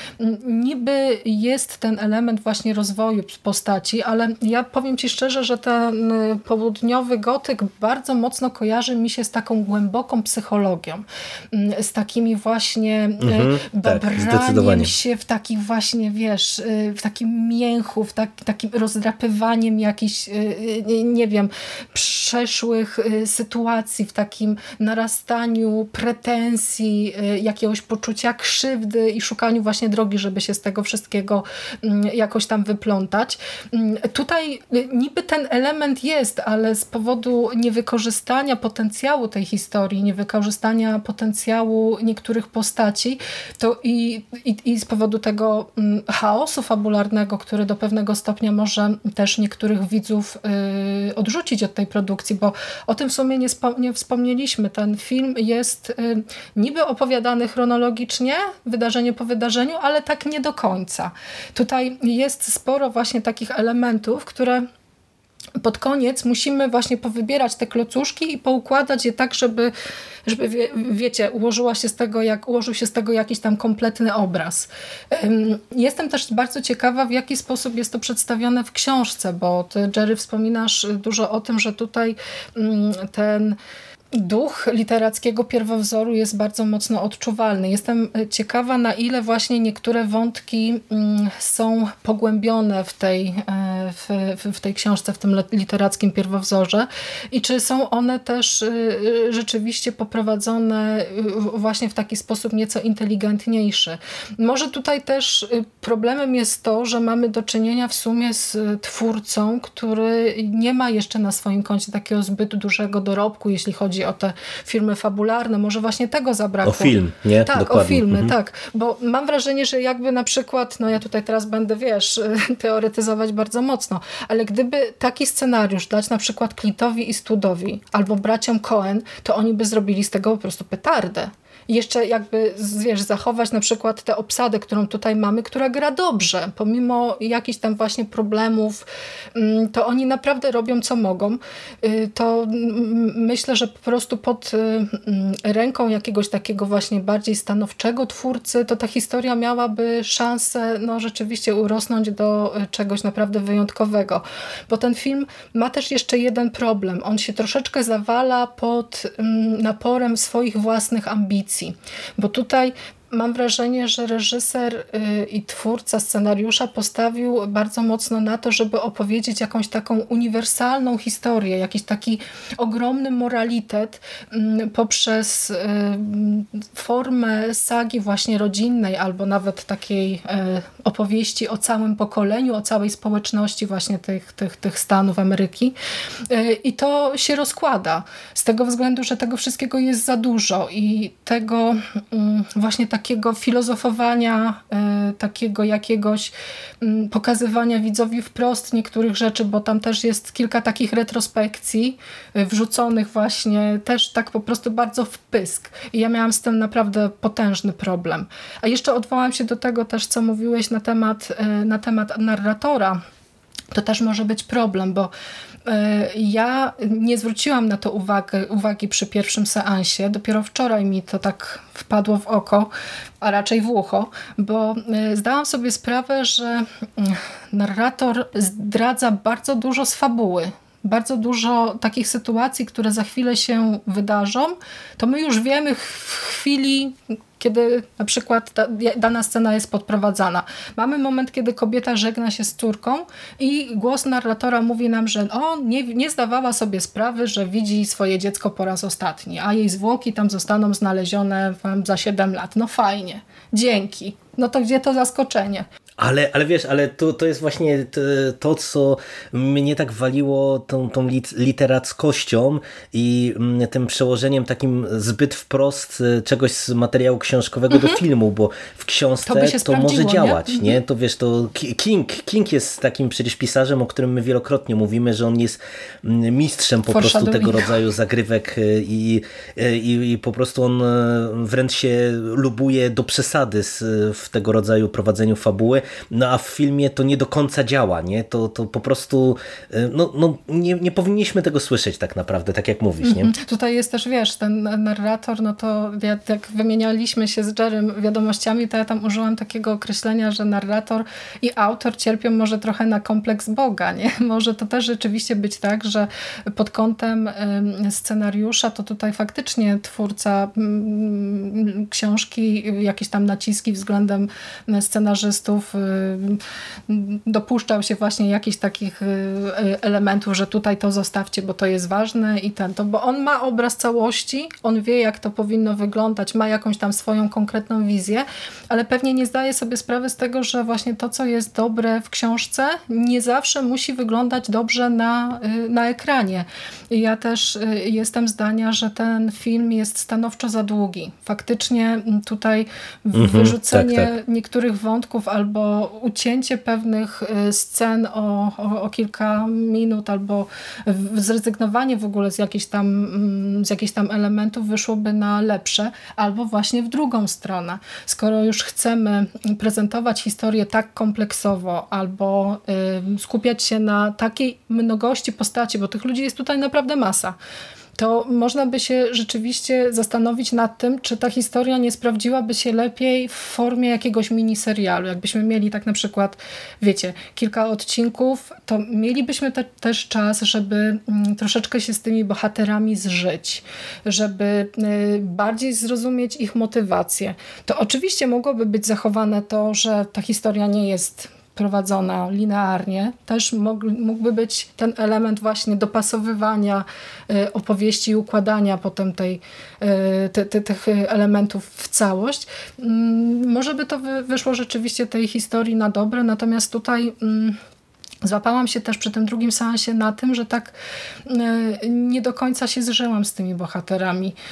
niby jest ten element właśnie rozwoju postaci, ale ja powiem ci szczerze, że ten południowy gotyk bardzo mocno kojarzy mi się z taką głęboką psychologią. Z takimi właśnie mhm, babraniem tak, się w takich właśnie, wiesz, w takim mięchu, w tak, takim rozdrapywaniem jakichś, nie wiem, przeszłych sytuacji, w takim narastaniu pretensji, jakiegoś poczucia krzywdy i szukaniu właśnie drogi, żeby się z tego wszystkiego jakoś tam wyplątać. Tutaj niby ten element jest, ale z powodu niewykorzystania potencjału tej historii, niewykorzystania potencjału niektórych postaci, to i, i, i z powodu tego chaosu fabularnego, który do pewnego stopnia może też niektórych widzów y, odrzucić od tej produkcji, bo o tym w sumie nie, spo, nie wspomnieliśmy. Ten film jest y, niby opowiadany chronologicznie, wydarzenie po wydarzeniu, ale tak nie do końca. Tutaj jest sporo właśnie takich elementów, które pod koniec musimy właśnie powybierać te klocuszki i poukładać je tak, żeby, żeby wie, wiecie, ułożyła się z tego, jak, ułożył się z tego jakiś tam kompletny obraz. Jestem też bardzo ciekawa, w jaki sposób jest to przedstawione w książce, bo ty, Jerry, wspominasz dużo o tym, że tutaj ten duch literackiego pierwowzoru jest bardzo mocno odczuwalny. Jestem ciekawa, na ile właśnie niektóre wątki są pogłębione w tej, w, w tej książce, w tym literackim pierwowzorze i czy są one też rzeczywiście poprowadzone właśnie w taki sposób nieco inteligentniejszy. Może tutaj też problemem jest to, że mamy do czynienia w sumie z twórcą, który nie ma jeszcze na swoim koncie takiego zbyt dużego dorobku, jeśli chodzi o te filmy fabularne. Może właśnie tego zabrakło. O film, nie? Tak, Dokładnie. o filmy, mhm. tak. Bo mam wrażenie, że jakby na przykład, no ja tutaj teraz będę, wiesz, teoretyzować bardzo mocno, mocno, ale gdyby taki scenariusz dać na przykład Clint'owi Eastwoodowi albo braciom Coen, to oni by zrobili z tego po prostu petardę. I jeszcze jakby, wiesz, zachować na przykład tę obsadę, którą tutaj mamy, która gra dobrze, pomimo jakichś tam właśnie problemów, to oni naprawdę robią co mogą. To myślę, że po prostu pod ręką jakiegoś takiego właśnie bardziej stanowczego twórcy, to ta historia miałaby szansę no rzeczywiście urosnąć do czegoś naprawdę wyjątkowego. Bo ten film ma też jeszcze jeden problem. On się troszeczkę zawala pod naporem swoich własnych ambicji. Bo tutaj mam wrażenie, że reżyser i twórca scenariusza postawił bardzo mocno na to, żeby opowiedzieć jakąś taką uniwersalną historię, jakiś taki ogromny moralitet poprzez formę sagi właśnie rodzinnej albo nawet takiej opowieści o całym pokoleniu, o całej społeczności właśnie tych, tych, tych Stanów Ameryki. I to się rozkłada z tego względu, że tego wszystkiego jest za dużo i tego właśnie tak takiego filozofowania, takiego jakiegoś pokazywania widzowi wprost niektórych rzeczy, bo tam też jest kilka takich retrospekcji wrzuconych właśnie też tak po prostu bardzo w pysk. I ja miałam z tym naprawdę potężny problem. A jeszcze odwołam się do tego też, co mówiłeś na temat, na temat narratora. To też może być problem, bo ja nie zwróciłam na to uwagę, uwagi przy pierwszym seansie. Dopiero wczoraj mi to tak wpadło w oko, a raczej w ucho, bo zdałam sobie sprawę, że narrator zdradza bardzo dużo z fabuły. Bardzo dużo takich sytuacji, które za chwilę się wydarzą, to my już wiemy w chwili, kiedy na przykład ta, dana scena jest podprowadzana. Mamy moment, kiedy kobieta żegna się z córką i głos narratora mówi nam, że on nie, nie zdawała sobie sprawy, że widzi swoje dziecko po raz ostatni, a jej zwłoki tam zostaną znalezione za siedem lat. No fajnie, dzięki. No to gdzie to zaskoczenie? Ale, ale wiesz, ale to, to jest właśnie to, co mnie tak waliło tą, tą literackością i tym przełożeniem takim zbyt wprost czegoś z materiału książkowego mm-hmm. do filmu, bo w książce to, to może działać, nie? nie? To wiesz, to King, King jest takim przecież pisarzem, o którym my wielokrotnie mówimy, że on jest mistrzem po prostu tego rodzaju zagrywek i, i, i po prostu on wręcz się lubuje do przesady w tego rodzaju prowadzeniu fabuły. No a w filmie to nie do końca działa, nie? To, to po prostu no, no nie, nie powinniśmy tego słyszeć tak naprawdę, tak jak mówisz, nie? Mm-hmm. Tutaj jest też, wiesz, ten narrator, no to jak wymienialiśmy się z Jerrym wiadomościami, to ja tam użyłam takiego określenia, że narrator i autor cierpią może trochę na kompleks Boga, nie? Może to też rzeczywiście być tak, że pod kątem scenariusza to tutaj faktycznie twórca książki, jakieś tam naciski względem scenarzystów dopuszczał się właśnie jakichś takich elementów, że tutaj to zostawcie, bo to jest ważne i ten, to, bo on ma obraz całości, on wie, jak to powinno wyglądać, ma jakąś tam swoją konkretną wizję, ale pewnie nie zdaje sobie sprawy z tego, że właśnie to, co jest dobre w książce, nie zawsze musi wyglądać dobrze na, na ekranie. Ja też jestem zdania, że ten film jest stanowczo za długi. Faktycznie tutaj mhm, wyrzucenie tak, tak. niektórych wątków albo ucięcie pewnych scen o, o, o kilka minut albo zrezygnowanie w ogóle z jakichś tam, z jakichś tam elementów wyszłoby na lepsze, albo właśnie w drugą stronę. Skoro już chcemy prezentować historię tak kompleksowo albo y, skupiać się na takiej mnogości postaci, bo tych ludzi jest tutaj naprawdę masa, to można by się rzeczywiście zastanowić nad tym, czy ta historia nie sprawdziłaby się lepiej w formie jakiegoś miniserialu. Jakbyśmy mieli tak na przykład, wiecie, kilka odcinków, to mielibyśmy te, też czas, żeby mm, troszeczkę się z tymi bohaterami zżyć, żeby y, bardziej zrozumieć ich motywację. To oczywiście mogłoby być zachowane to, że ta historia nie jest prowadzona linearnie. Też mógłby być ten element właśnie dopasowywania y, opowieści i układania potem tej, y, te, te, tych elementów w całość. Y, może by to wy, wyszło rzeczywiście tej historii na dobre, natomiast tutaj y, złapałam się też przy tym drugim seansie na tym, że tak y, nie do końca się zżyłam z tymi bohaterami.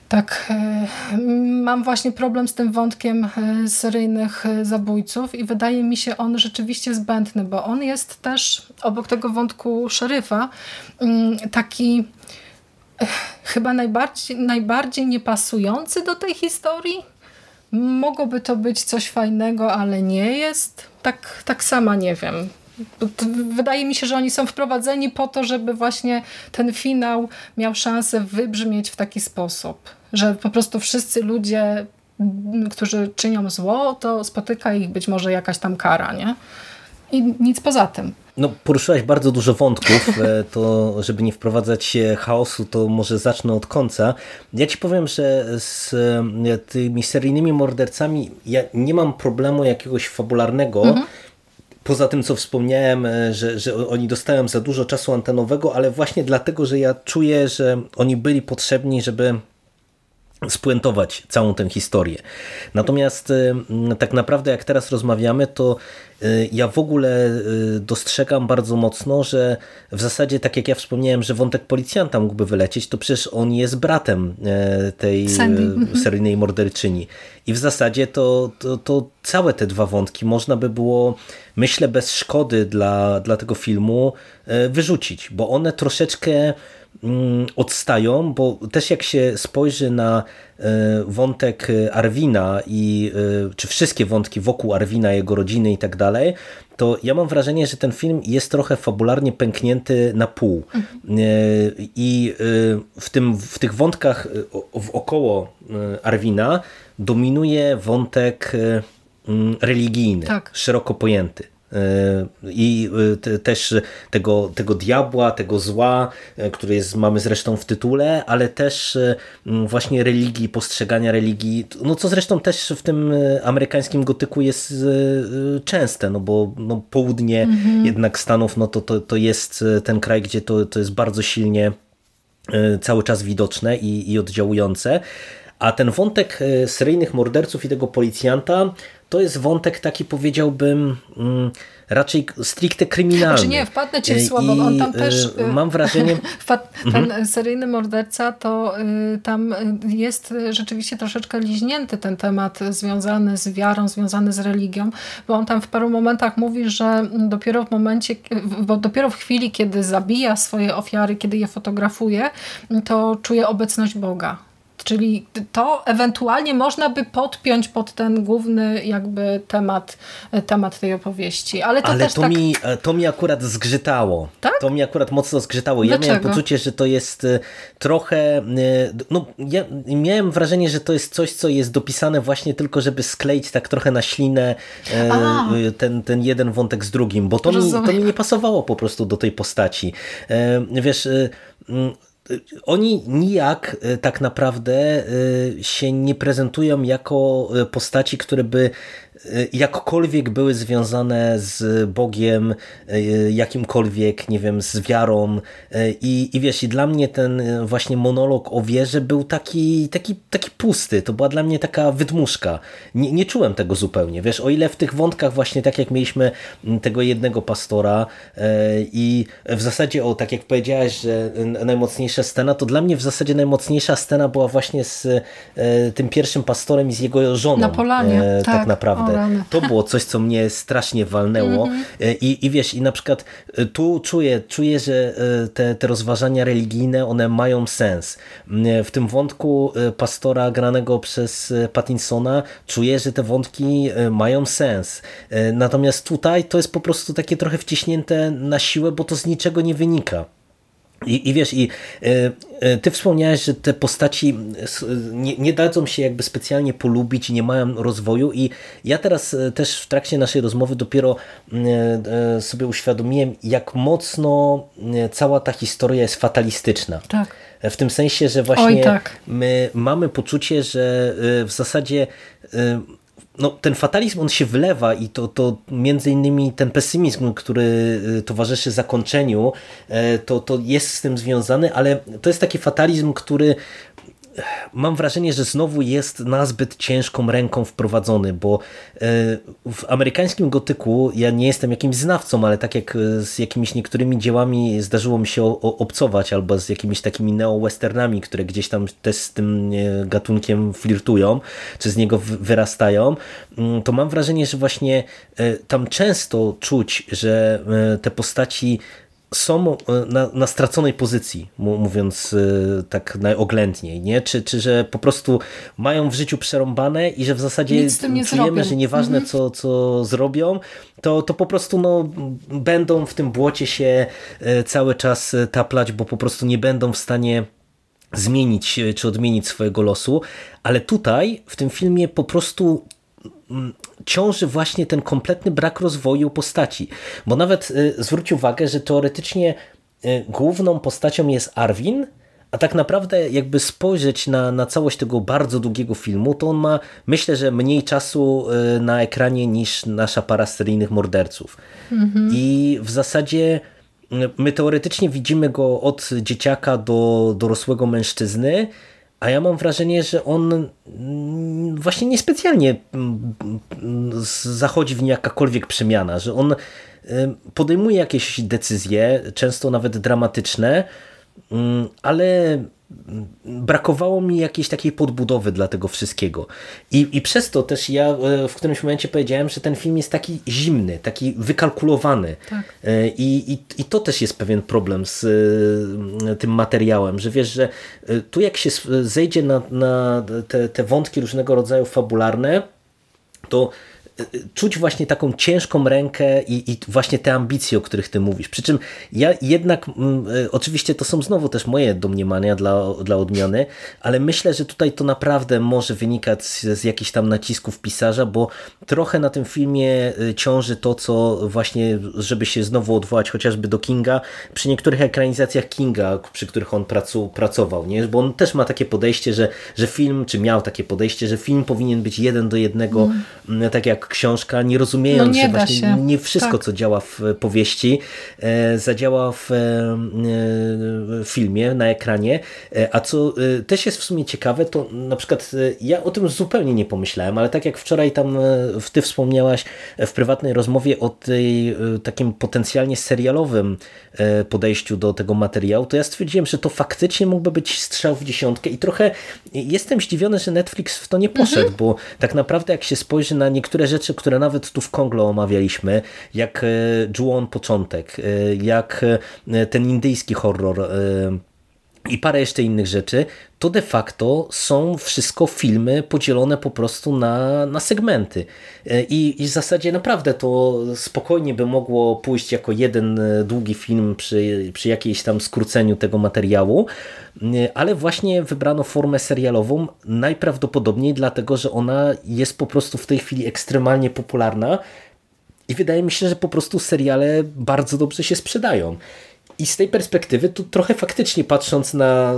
Tak, mam właśnie problem z tym wątkiem seryjnych zabójców i wydaje mi się on rzeczywiście zbędny, bo on jest też obok tego wątku szeryfa taki chyba najbardziej, najbardziej niepasujący do tej historii. Mogłoby to być coś fajnego, ale nie jest. Tak, tak sama nie wiem. Wydaje mi się, że oni są wprowadzeni po to, żeby właśnie ten finał miał szansę wybrzmieć w taki sposób, że po prostu wszyscy ludzie, którzy czynią zło, to spotyka ich być może jakaś tam kara, nie? I nic poza tym. No, poruszyłaś bardzo dużo wątków, to żeby nie wprowadzać chaosu, to może zacznę od końca. Ja ci powiem, że z tymi seryjnymi mordercami ja nie mam problemu jakiegoś fabularnego, mhm. Poza tym, co wspomniałem, że, że oni dostają za dużo czasu antenowego, ale właśnie dlatego, że ja czuję, że oni byli potrzebni, żeby spuentować całą tę historię. Natomiast tak naprawdę jak teraz rozmawiamy, to ja w ogóle dostrzegam bardzo mocno, że w zasadzie tak jak ja wspomniałem, że wątek policjanta mógłby wylecieć, to przecież on jest bratem tej Sandy. seryjnej morderczyni. I w zasadzie to, to, to całe te dwa wątki można by było, myślę, bez szkody dla, dla tego filmu wyrzucić, bo one troszeczkę odstają, bo też jak się spojrzy na wątek Arwina i czy wszystkie wątki wokół Arwina, jego rodziny i tak dalej, to ja mam wrażenie, że ten film jest trochę fabularnie pęknięty na pół. I w, tym, w tych wątkach wokoło Arwina dominuje wątek religijny, tak. Szeroko pojęty. I te, też tego, tego diabła, tego zła, który jest, mamy zresztą w tytule, ale też właśnie religii, postrzegania religii, no co zresztą też w tym amerykańskim gotyku jest częste, no bo no południe mhm. jednak Stanów, no to, to, to jest ten kraj, gdzie to, to jest bardzo silnie cały czas widoczne i, i oddziałujące. A ten wątek seryjnych morderców i tego policjanta to jest wątek taki, powiedziałbym, raczej stricte kryminalny. Znaczy nie, wpadnę ci w słowo, on tam też... Mam wrażenie... Ten mhm. seryjny morderca, to tam jest rzeczywiście troszeczkę liźnięty ten temat związany z wiarą, związany z religią, bo on tam w paru momentach mówi, że dopiero w momencie, bo dopiero w chwili, kiedy zabija swoje ofiary, kiedy je fotografuje, to czuje obecność Boga. Czyli to ewentualnie można by podpiąć pod ten główny jakby temat, temat tej opowieści. Ale to, Ale też to, tak... mi, to mi akurat zgrzytało. Tak? To mi akurat mocno zgrzytało. Ja Dlaczego? miałem poczucie, że to jest trochę... No, ja miałem wrażenie, że to jest coś, co jest dopisane właśnie tylko, żeby skleić tak trochę na ślinę ten, ten jeden wątek z drugim, bo to mi, to mi nie pasowało po prostu do tej postaci. Wiesz... Oni nijak tak naprawdę się nie prezentują jako postaci, które by jakkolwiek były związane z Bogiem, jakimkolwiek, nie wiem, z wiarą i, i wiesz, i dla mnie ten właśnie monolog o wierze był taki, taki, taki pusty, to była dla mnie taka wydmuszka. Nie, nie czułem tego zupełnie, wiesz, o ile w tych wątkach właśnie tak jak mieliśmy tego jednego pastora i w zasadzie, o tak jak powiedziałaś, że najmocniejsza scena, to dla mnie w zasadzie najmocniejsza scena była właśnie z tym pierwszym pastorem i z jego żoną. Na polanie, tak, tak naprawdę. To było coś, co mnie strasznie walnęło. Mm-hmm. I, I wiesz, i na przykład tu czuję, czuję że te, te rozważania religijne, one mają sens. W tym wątku pastora granego przez Pattinsona czuję, że te wątki mają sens. Natomiast tutaj to jest po prostu takie trochę wciśnięte na siłę, bo to z niczego nie wynika. I, I wiesz, i y, y, ty wspomniałeś, że te postaci nie, nie dadzą się jakby specjalnie polubić i nie mają rozwoju i ja teraz y, też w trakcie naszej rozmowy dopiero y, y, sobie uświadomiłem, jak mocno y, cała ta historia jest fatalistyczna. Tak. W tym sensie, że właśnie Oj, tak. my mamy poczucie, że y, w zasadzie y, no, ten fatalizm, on się wlewa i to, to między innymi ten pesymizm, który towarzyszy zakończeniu, to, to jest z tym związany, ale to jest taki fatalizm, który mam wrażenie, że znowu jest nazbyt ciężką ręką wprowadzony, bo w amerykańskim gotyku ja nie jestem jakimś znawcą, ale tak jak z jakimiś niektórymi dziełami zdarzyło mi się obcować, albo z jakimiś takimi neo-westernami, które gdzieś tam też z tym gatunkiem flirtują, czy z niego wyrastają, to mam wrażenie, że właśnie tam często czuć, że te postaci są na, na straconej pozycji, mówiąc tak najoględniej, nie? Czy, czy że po prostu mają w życiu przerąbane i że w zasadzie czujemy, zrobią. Że nieważne mhm. co, co zrobią, to, to po prostu no, będą w tym błocie się cały czas taplać, bo po prostu nie będą w stanie zmienić czy odmienić swojego losu, ale tutaj w tym filmie po prostu ciąży właśnie ten kompletny brak rozwoju postaci. Bo nawet y, zwróć uwagę, że teoretycznie y, główną postacią jest Arvin, a tak naprawdę jakby spojrzeć na, na całość tego bardzo długiego filmu, to on ma, myślę, że mniej czasu y, na ekranie niż nasza para seryjnych morderców. Mhm. I w zasadzie my teoretycznie widzimy go od dzieciaka do dorosłego mężczyzny, a ja mam wrażenie, że on właśnie niespecjalnie zachodzi w nim jakakolwiek przemiana, że on podejmuje jakieś decyzje, często nawet dramatyczne, ale brakowało mi jakiejś takiej podbudowy dla tego wszystkiego. I, I przez to też ja w którymś momencie powiedziałem, że ten film jest taki zimny, taki wykalkulowany. Tak. I, i, I to też jest pewien problem z tym materiałem, że wiesz, że tu jak się zejdzie na, na te, te wątki różnego rodzaju fabularne, to czuć właśnie taką ciężką rękę i, i właśnie te ambicje, o których ty mówisz. Przy czym ja jednak, m, oczywiście to są znowu też moje domniemania dla, dla odmiany, ale myślę, że tutaj to naprawdę może wynikać z, z jakichś tam nacisków pisarza, bo trochę na tym filmie ciąży to, co właśnie, żeby się znowu odwołać chociażby do Kinga, przy niektórych ekranizacjach Kinga, przy których on pracu, pracował, nie? Bo on też ma takie podejście, że, że film, czy miał takie podejście, że film powinien być jeden do jednego, mm. tak jak książka, nie rozumiejąc, no nie że właśnie się. nie wszystko, tak. co działa w powieści, e, zadziała w e, filmie, na ekranie, e, a co e, też jest w sumie ciekawe, to na przykład e, ja o tym zupełnie nie pomyślałem, ale tak jak wczoraj tam e, ty wspomniałaś w prywatnej rozmowie o tej e, takim potencjalnie serialowym e, podejściu do tego materiału, to ja stwierdziłem, że to faktycznie mógłby być strzał w dziesiątkę i trochę jestem zdziwiony, że Netflix w to nie poszedł, mhm. bo tak naprawdę jak się spojrzy na niektóre rzeczy, które nawet tu w Konglo omawialiśmy, jak Ju-on Początek, jak ten indyjski horror i parę jeszcze innych rzeczy, to de facto są wszystko filmy podzielone po prostu na, na segmenty. I, I w zasadzie naprawdę to spokojnie by mogło pójść jako jeden długi film przy, przy jakiejś tam skróceniu tego materiału, ale właśnie wybrano formę serialową najprawdopodobniej dlatego, że ona jest po prostu w tej chwili ekstremalnie popularna i wydaje mi się, że po prostu seriale bardzo dobrze się sprzedają. I z tej perspektywy tu trochę faktycznie patrząc na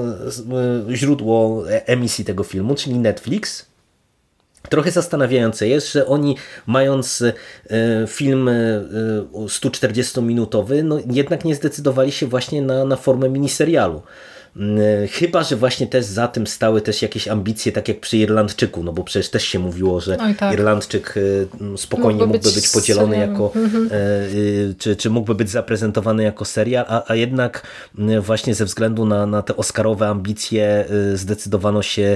źródło emisji tego filmu, czyli Netflix, trochę zastanawiające jest, że oni mając film sto czterdziestominutowy, no jednak nie zdecydowali się właśnie na, na formę miniserialu. Chyba, że właśnie też za tym stały też jakieś ambicje, tak jak przy Irlandczyku, no bo przecież też się mówiło, że tak. Irlandczyk spokojnie mógłby, mógłby być, być podzielony serialem. jako, mhm. czy, czy mógłby być zaprezentowany jako serial, a, a jednak właśnie ze względu na, na te oscarowe ambicje zdecydowano się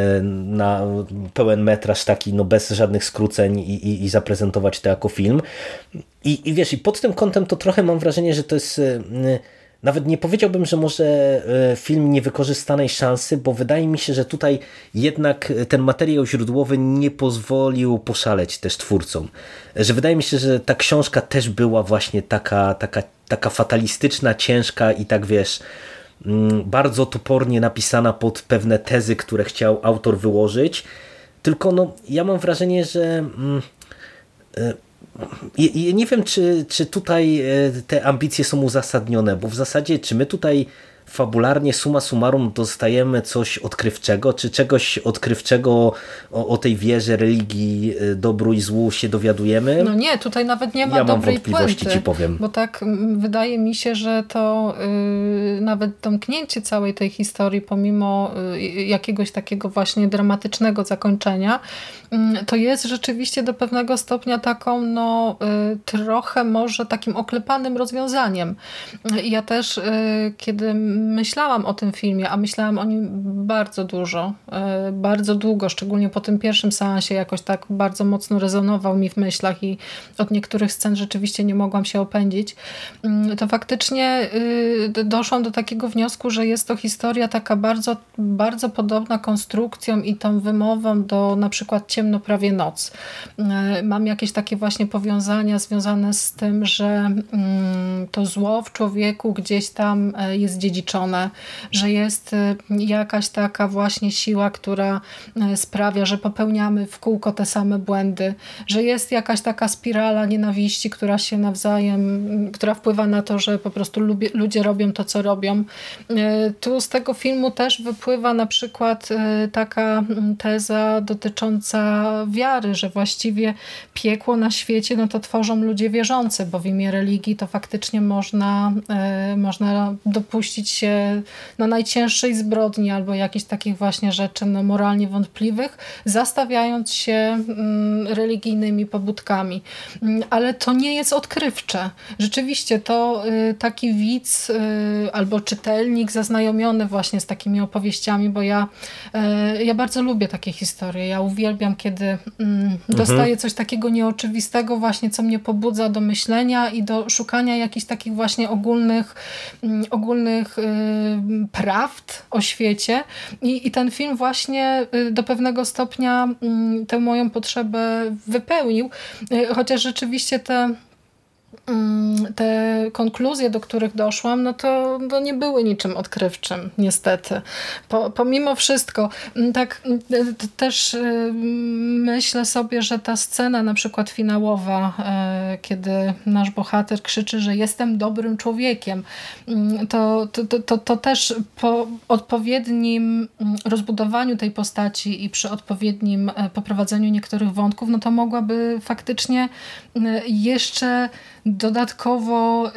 na pełen metraż taki, no bez żadnych skróceń i, i, i zaprezentować to jako film. I, I wiesz, i pod tym kątem to trochę mam wrażenie, że to jest... Nawet nie powiedziałbym, że może film niewykorzystanej szansy, bo wydaje mi się, że tutaj jednak ten materiał źródłowy nie pozwolił poszaleć też twórcom. Że wydaje mi się, że ta książka też była właśnie taka, taka, taka fatalistyczna, ciężka i tak wiesz, bardzo topornie napisana pod pewne tezy, które chciał autor wyłożyć. Tylko no, ja mam wrażenie, że... I nie wiem, czy, czy tutaj te ambicje są uzasadnione, bo w zasadzie, czy my tutaj fabularnie summa summarum dostajemy coś odkrywczego, czy czegoś odkrywczego o, o tej wierze, religii, dobru i złu się dowiadujemy? No nie, tutaj nawet nie ma ja dobrej mam wątpliwości, puenty, ci powiem. bo tak wydaje mi się, że to yy, nawet domknięcie całej tej historii, pomimo yy, jakiegoś takiego właśnie dramatycznego zakończenia, yy, to jest rzeczywiście do pewnego stopnia taką no yy, trochę może takim oklepanym rozwiązaniem. Yy, ja też yy, kiedy myślałam o tym filmie, a myślałam o nim bardzo dużo, yy, bardzo długo, szczególnie po tym pierwszym seansie jakoś tak bardzo mocno rezonował mi w myślach i od niektórych scen rzeczywiście nie mogłam się opędzić, to faktycznie doszłam do takiego wniosku, że jest to historia taka bardzo, bardzo podobna konstrukcją i tą wymową do na przykład Ciemno prawie noc. Mam jakieś takie właśnie powiązania związane z tym, że to zło w człowieku gdzieś tam jest dziedziczone, że jest jakaś taka właśnie siła, która sprawia, że popełniamy w kółko te same błędy, że jest jakaś taka spirala nienawiści, która się nawzajem, która wpływa na to, że po prostu lubię, ludzie robią to, co robią. Tu z tego filmu też wypływa na przykład taka teza dotycząca wiary, że właściwie piekło na świecie no to tworzą ludzie wierzący, bo w imię religii to faktycznie można, można dopuścić się no, najcięższej zbrodni albo jakichś takich właśnie rzeczy no, moralnie wątpliwych, zastawiając się religijnymi pobudkami. Ale to nie jest odkrywcze. Rzeczywiście to y, taki widz y, albo czytelnik zaznajomiony właśnie z takimi opowieściami, bo ja, y, ja bardzo lubię takie historie. Ja uwielbiam, kiedy y, mhm. dostaję coś takiego nieoczywistego właśnie, co mnie pobudza do myślenia i do szukania jakichś takich właśnie ogólnych, y, ogólnych y, prawd o świecie. I, i ten film właśnie y, do pewnego stopnia y, tę moją potrzebę wypełnił. Chociaż rzeczywiście te te konkluzje, do których doszłam, no to, to nie były niczym odkrywczym, niestety. Po, pomimo wszystko, tak też myślę sobie, że ta scena na przykład finałowa, kiedy nasz bohater krzyczy, że jestem dobrym człowiekiem, to, to, to, to też po odpowiednim rozbudowaniu tej postaci i przy odpowiednim poprowadzeniu niektórych wątków, no to mogłaby faktycznie jeszcze dodatkowo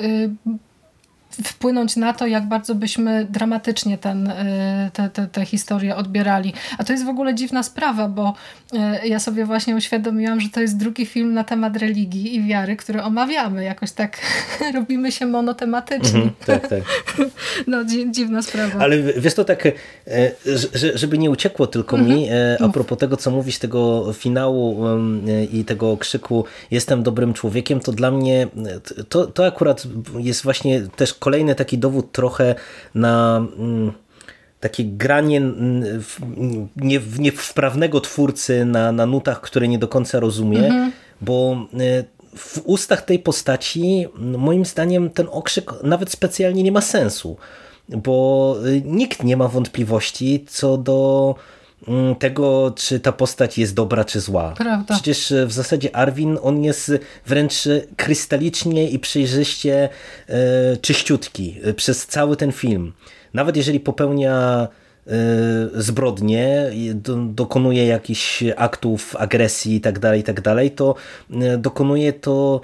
y, wpłynąć na to, jak bardzo byśmy dramatycznie ten, y, te, te, te historie odbierali. A to jest w ogóle dziwna sprawa, bo y, ja sobie właśnie uświadomiłam, że to jest drugi film na temat religii i wiary, który omawiamy. Jakoś tak robimy się monotematyczni. Mhm, tak, tak. No dzi dziwna sprawa. Ale wiesz to tak, żeby nie uciekło tylko mhm. mi, a propos tego, co mówisz, tego finału i tego krzyku jestem dobrym człowiekiem, to dla mnie to, to akurat jest właśnie też kolejny taki dowód trochę na takie granie w, nie, nie wprawnego twórcy na, na nutach, które nie do końca rozumie, mhm. bo w ustach tej postaci moim zdaniem ten okrzyk nawet specjalnie nie ma sensu, bo nikt nie ma wątpliwości co do tego, czy ta postać jest dobra, czy zła. Prawda. Przecież w zasadzie Arvin, on jest wręcz krystalicznie i przejrzyście e, czyściutki przez cały ten film. Nawet jeżeli popełnia e, zbrodnie, do, dokonuje jakichś aktów agresji i tak dalej, i tak dalej, to e, dokonuje to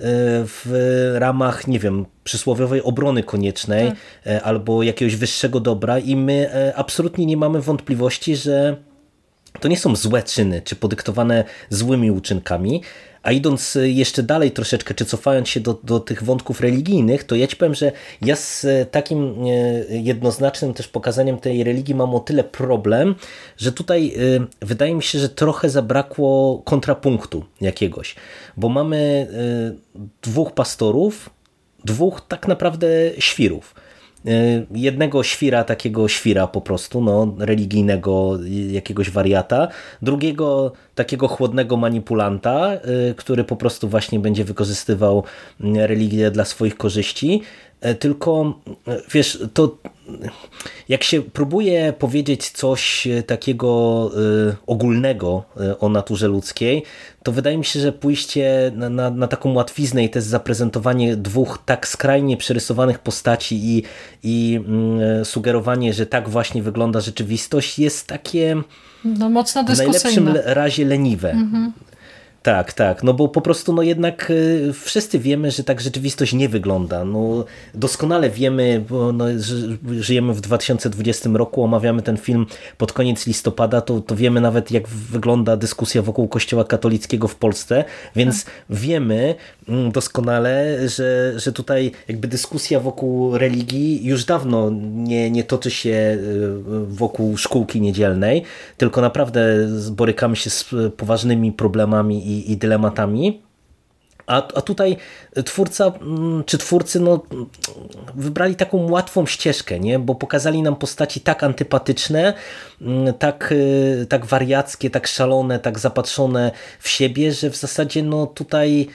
w ramach, nie wiem, przysłowiowej obrony koniecznej tak. albo jakiegoś wyższego dobra i my absolutnie nie mamy wątpliwości, że to nie są złe czyny, czy podyktowane złymi uczynkami, a idąc jeszcze dalej troszeczkę, czy cofając się do, do tych wątków religijnych, to ja ci powiem, że ja z takim jednoznacznym też pokazaniem tej religii mam o tyle problem, że tutaj wydaje mi się, że trochę zabrakło kontrapunktu jakiegoś, bo mamy dwóch pastorów, dwóch tak naprawdę świrów. Jednego świra, takiego świra po prostu, no, religijnego jakiegoś wariata, drugiego takiego chłodnego manipulanta, który po prostu właśnie będzie wykorzystywał religię dla swoich korzyści. Tylko wiesz, to jak się próbuje powiedzieć coś takiego ogólnego o naturze ludzkiej, to wydaje mi się, że pójście na, na, na taką łatwiznę i też zaprezentowanie dwóch tak skrajnie przerysowanych postaci i, i mm, sugerowanie, że tak właśnie wygląda rzeczywistość, jest takie no, mocno dyskusyjne. W najlepszym razie leniwe. Mhm. Tak, tak, no bo po prostu no jednak y, wszyscy wiemy, że tak rzeczywistość nie wygląda. No, doskonale wiemy, bo no, że żyjemy w dwa tysiące dwudziestym roku, omawiamy ten film pod koniec listopada, to, to wiemy nawet jak wygląda dyskusja wokół Kościoła katolickiego w Polsce, więc tak. wiemy mm, doskonale, że, że tutaj jakby dyskusja wokół religii już dawno nie, nie toczy się y, wokół szkółki niedzielnej, tylko naprawdę borykamy się z poważnymi problemami i i dylematami, a, a tutaj twórca, czy twórcy no, wybrali taką łatwą ścieżkę, nie? Bo pokazali nam postaci tak antypatyczne, tak, tak wariackie, tak szalone, tak zapatrzone w siebie, że w zasadzie no tutaj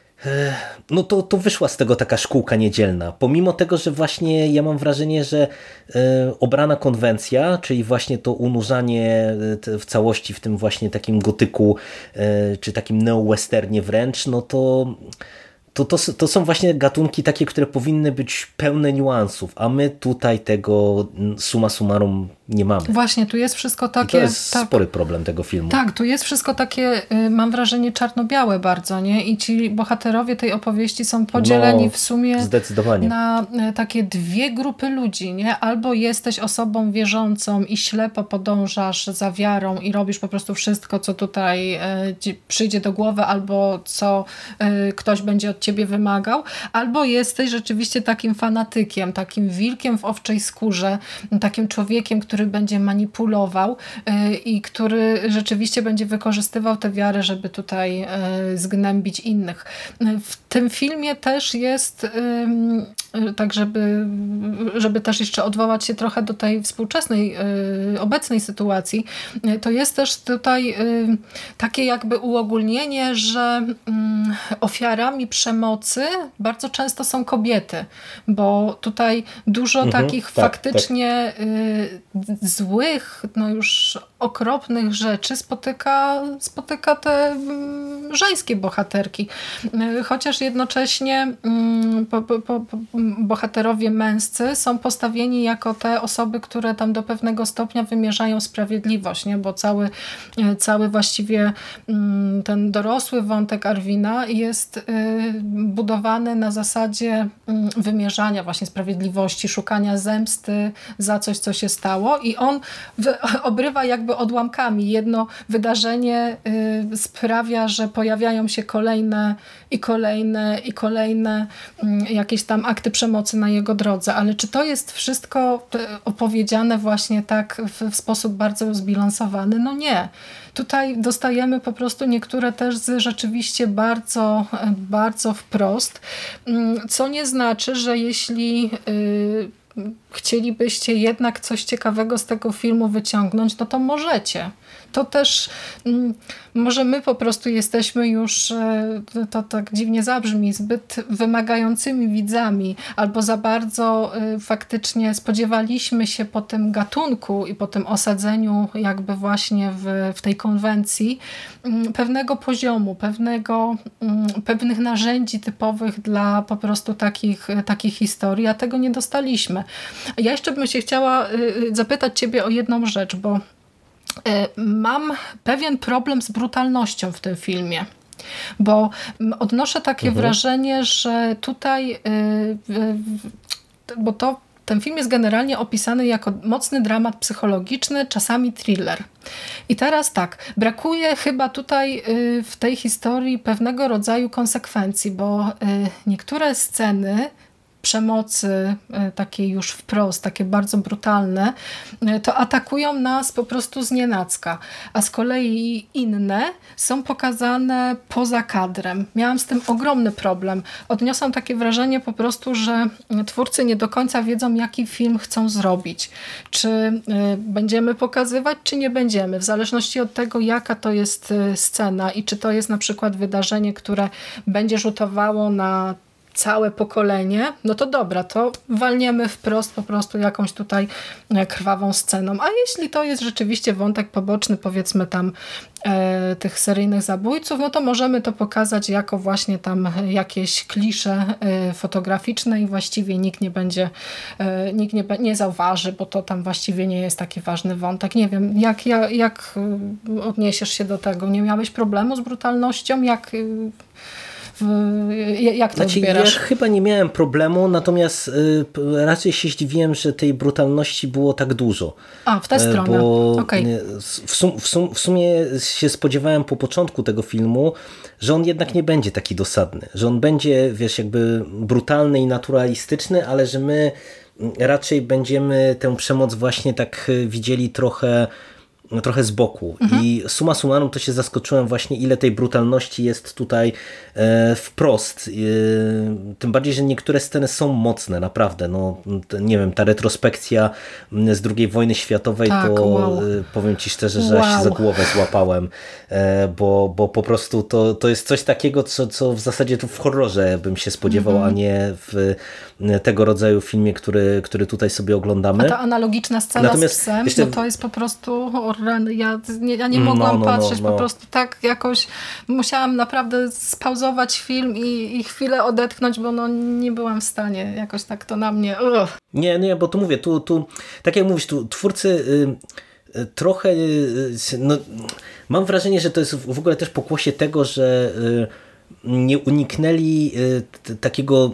no to, to wyszła z tego taka szkółka niedzielna. Pomimo tego, że właśnie ja mam wrażenie, że obrana konwencja, czyli właśnie to unurzanie w całości w tym właśnie takim gotyku, czy takim neo-westernie wręcz, no to To, to, to są właśnie gatunki takie, które powinny być pełne niuansów, a my tutaj tego summa summarum nie mamy. Właśnie, tu jest wszystko takie... I to jest tak, spory problem tego filmu. Tak, tu jest wszystko takie, mam wrażenie, czarno-białe bardzo, nie? I ci bohaterowie tej opowieści są podzieleni no, w sumie zdecydowanie. na takie dwie grupy ludzi, nie? Albo jesteś osobą wierzącą i ślepo podążasz za wiarą i robisz po prostu wszystko, co tutaj ci przyjdzie do głowy, albo co ktoś będzie od ciebie wymagał, albo jesteś rzeczywiście takim fanatykiem, takim wilkiem w owczej skórze, takim człowiekiem, który będzie manipulował i który rzeczywiście będzie wykorzystywał tę wiarę, żeby tutaj zgnębić innych. W tym filmie też jest, tak żeby, żeby też jeszcze odwołać się trochę do tej współczesnej, obecnej sytuacji, to jest też tutaj takie jakby uogólnienie, że ofiarami przemocy bardzo często są kobiety, bo tutaj dużo mhm, takich tak, faktycznie tak. złych, no już okropnych rzeczy spotyka, spotyka te żeńskie bohaterki. Chociaż jednocześnie po, po, po, bohaterowie męscy są postawieni jako te osoby, które tam do pewnego stopnia wymierzają sprawiedliwość, nie? Bo cały, cały właściwie ten dorosły wątek Arwina jest budowany na zasadzie wymierzania właśnie sprawiedliwości, szukania zemsty za coś, co się stało i on obrywa jakby odłamkami. Jedno wydarzenie sprawia, że pojawiają się kolejne i kolejne i kolejne jakieś tam akty przemocy na jego drodze, ale czy to jest wszystko opowiedziane właśnie tak w, w sposób bardzo zbilansowany? No nie. Tutaj dostajemy po prostu niektóre też z rzeczywiście bardzo, bardzo wprost, co nie znaczy, że jeśli yy, chcielibyście jednak coś ciekawego z tego filmu wyciągnąć, no to możecie. To też mm, może my po prostu jesteśmy już, to, to tak dziwnie zabrzmi, zbyt wymagającymi widzami, albo za bardzo y, faktycznie spodziewaliśmy się po tym gatunku i po tym osadzeniu jakby właśnie w, w tej konwencji y, pewnego poziomu, pewnego, y, pewnych narzędzi typowych dla po prostu takich, takich historii, a tego nie dostaliśmy. Ja jeszcze bym się chciała y, zapytać ciebie o jedną rzecz, bo mam pewien problem z brutalnością w tym filmie, bo odnoszę takie mhm. wrażenie, że tutaj, bo to ten film jest generalnie opisany jako mocny dramat psychologiczny, czasami thriller. I teraz tak, brakuje chyba tutaj w tej historii pewnego rodzaju konsekwencji, bo niektóre sceny przemocy, takiej już wprost, takie bardzo brutalne, to atakują nas po prostu znienacka, a z kolei inne są pokazane poza kadrem. Miałam z tym ogromny problem. Odniosłam takie wrażenie po prostu, że twórcy nie do końca wiedzą, jaki film chcą zrobić. Czy będziemy pokazywać, czy nie będziemy, w zależności od tego, jaka to jest scena i czy to jest na przykład wydarzenie, które będzie rzutowało na całe pokolenie, no to dobra, to walniemy wprost po prostu jakąś tutaj krwawą sceną. A jeśli to jest rzeczywiście wątek poboczny, powiedzmy tam e, tych seryjnych zabójców, no to możemy to pokazać jako właśnie tam jakieś klisze e, fotograficzne i właściwie nikt nie będzie, e, nikt nie, nie zauważy, bo to tam właściwie nie jest taki ważny wątek. Nie wiem, jak, jak, jak odniesiesz się do tego? Nie miałeś problemu z brutalnością? Jak... Jak to znaczy, odbierasz? Ja chyba nie miałem problemu, natomiast y, raczej się zdziwiłem, że tej brutalności było tak dużo. A, w tę stronę. Bo okay. w, sum, w, sum, w sumie się spodziewałem po początku tego filmu, że on jednak nie będzie taki dosadny. Że on będzie, wiesz, jakby brutalny i naturalistyczny, ale że my raczej będziemy tę przemoc właśnie tak widzieli trochę trochę z boku. Mhm. I summa summarum to się zaskoczyłem właśnie, ile tej brutalności jest tutaj e, wprost. E, tym bardziej, że niektóre sceny są mocne, naprawdę. No, to, nie wiem, ta retrospekcja z drugiej wojny światowej, tak, to wow. e, powiem ci szczerze, że wow. aż się za głowę złapałem, e, bo, bo po prostu to, to jest coś takiego, co, co w zasadzie tu w horrorze bym się spodziewał, mhm. a nie w tego rodzaju filmie, który, który tutaj sobie oglądamy. A ta analogiczna scena Natomiast z psem, jeszcze... no to jest po prostu rany. Ja nie, ja nie mogłam no, no, patrzeć, no, no. po prostu tak jakoś musiałam naprawdę spauzować film i, i chwilę odetchnąć, bo no nie byłam w stanie. Jakoś tak to na mnie... Ugh. Nie, nie, bo tu mówię, tu, tu tak jak mówisz, tu twórcy y, y, trochę y, no, mam wrażenie, że to jest w ogóle też pokłosie tego, że y, nie uniknęli y, t, takiego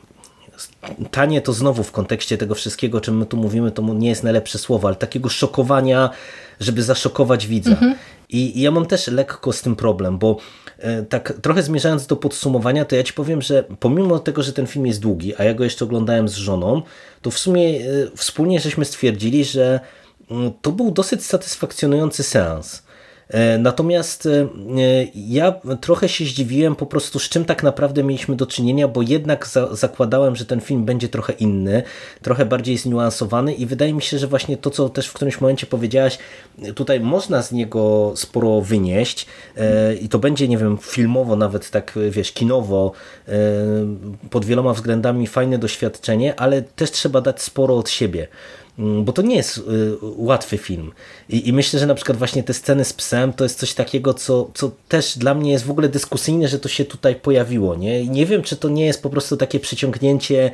tanie to znowu w kontekście tego wszystkiego, o czym my tu mówimy, to nie jest najlepsze słowo, ale takiego szokowania, żeby zaszokować widza. Mhm. I, I ja mam też lekko z tym problem, bo e, tak trochę zmierzając do podsumowania, to ja ci powiem, że pomimo tego, że ten film jest długi, a ja go jeszcze oglądałem z żoną, to w sumie e, wspólnie żeśmy stwierdzili, że m, to był dosyć satysfakcjonujący seans. Natomiast ja trochę się zdziwiłem po prostu, z czym tak naprawdę mieliśmy do czynienia, bo jednak za zakładałem, że ten film będzie trochę inny, trochę bardziej zniuansowany i wydaje mi się, że właśnie to, co też w którymś momencie powiedziałaś, tutaj można z niego sporo wynieść i to będzie, nie wiem, filmowo, nawet tak, wiesz, kinowo, pod wieloma względami fajne doświadczenie, ale też trzeba dać sporo od siebie. Bo to nie jest y, łatwy film. I, I myślę, że na przykład właśnie te sceny z psem to jest coś takiego, co, co też dla mnie jest w ogóle dyskusyjne, że to się tutaj pojawiło. Nie? I nie wiem, czy to nie jest po prostu takie przyciągnięcie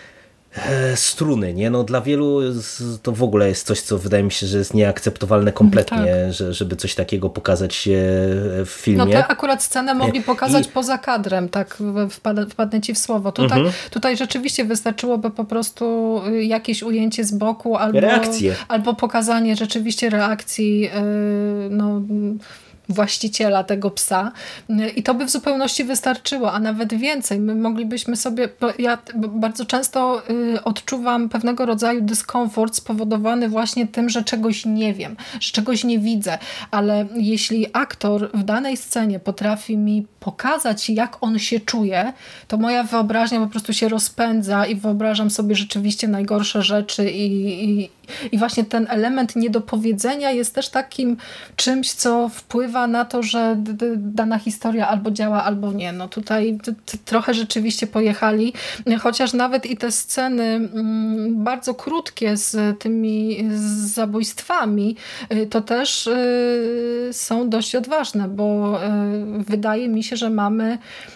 e, struny. Nie? No, dla wielu z, to w ogóle jest coś, co wydaje mi się, że jest nieakceptowalne kompletnie, tak. że, żeby coś takiego pokazać w filmie. No tę akurat scenę mogli pokazać I... poza kadrem, tak wpad wpadnę ci w słowo. Tutaj, mhm. tutaj rzeczywiście wystarczyłoby po prostu jakieś ujęcie z boku albo, albo pokazanie rzeczywiście reakcji yy, no właściciela tego psa i to by w zupełności wystarczyło, a nawet więcej. My moglibyśmy sobie, bo ja bardzo często y, odczuwam pewnego rodzaju dyskomfort spowodowany właśnie tym, że czegoś nie wiem, że czegoś nie widzę, ale jeśli aktor w danej scenie potrafi mi pokazać, jak on się czuje, to moja wyobraźnia po prostu się rozpędza i wyobrażam sobie rzeczywiście najgorsze rzeczy i, i, i właśnie ten element niedopowiedzenia jest też takim czymś, co wpływa na to, że dana historia albo działa, albo nie. No tutaj trochę rzeczywiście pojechali, chociaż nawet i te sceny bardzo krótkie z tymi zabójstwami, to też są dość odważne, bo wydaje mi się, że mamy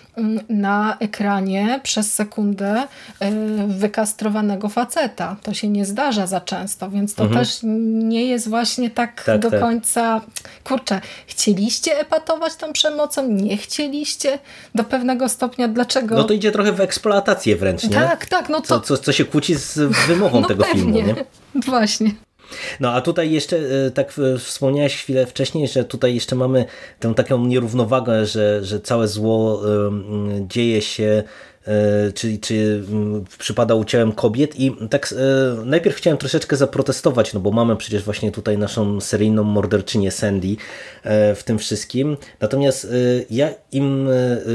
na ekranie przez sekundę wykastrowanego faceta. To się nie zdarza za często, więc to mhm. też nie jest właśnie tak, tak do tak. końca... Kurczę, chcieliście epatować tą przemocą? Nie chcieliście? Do pewnego stopnia. Dlaczego? No to idzie trochę w eksploatację wręcz, nie? Tak, tak. No to... co, co, co się kłóci z wymową no tego pewnie. filmu, nie? Właśnie. No a tutaj jeszcze, tak wspomniałeś chwilę wcześniej, że tutaj jeszcze mamy tę taką nierównowagę, że, że całe zło dzieje się, czyli czy przypada udziałem kobiet i tak najpierw chciałem troszeczkę zaprotestować, no bo mamy przecież właśnie tutaj naszą seryjną morderczynię Sandy w tym wszystkim, natomiast ja im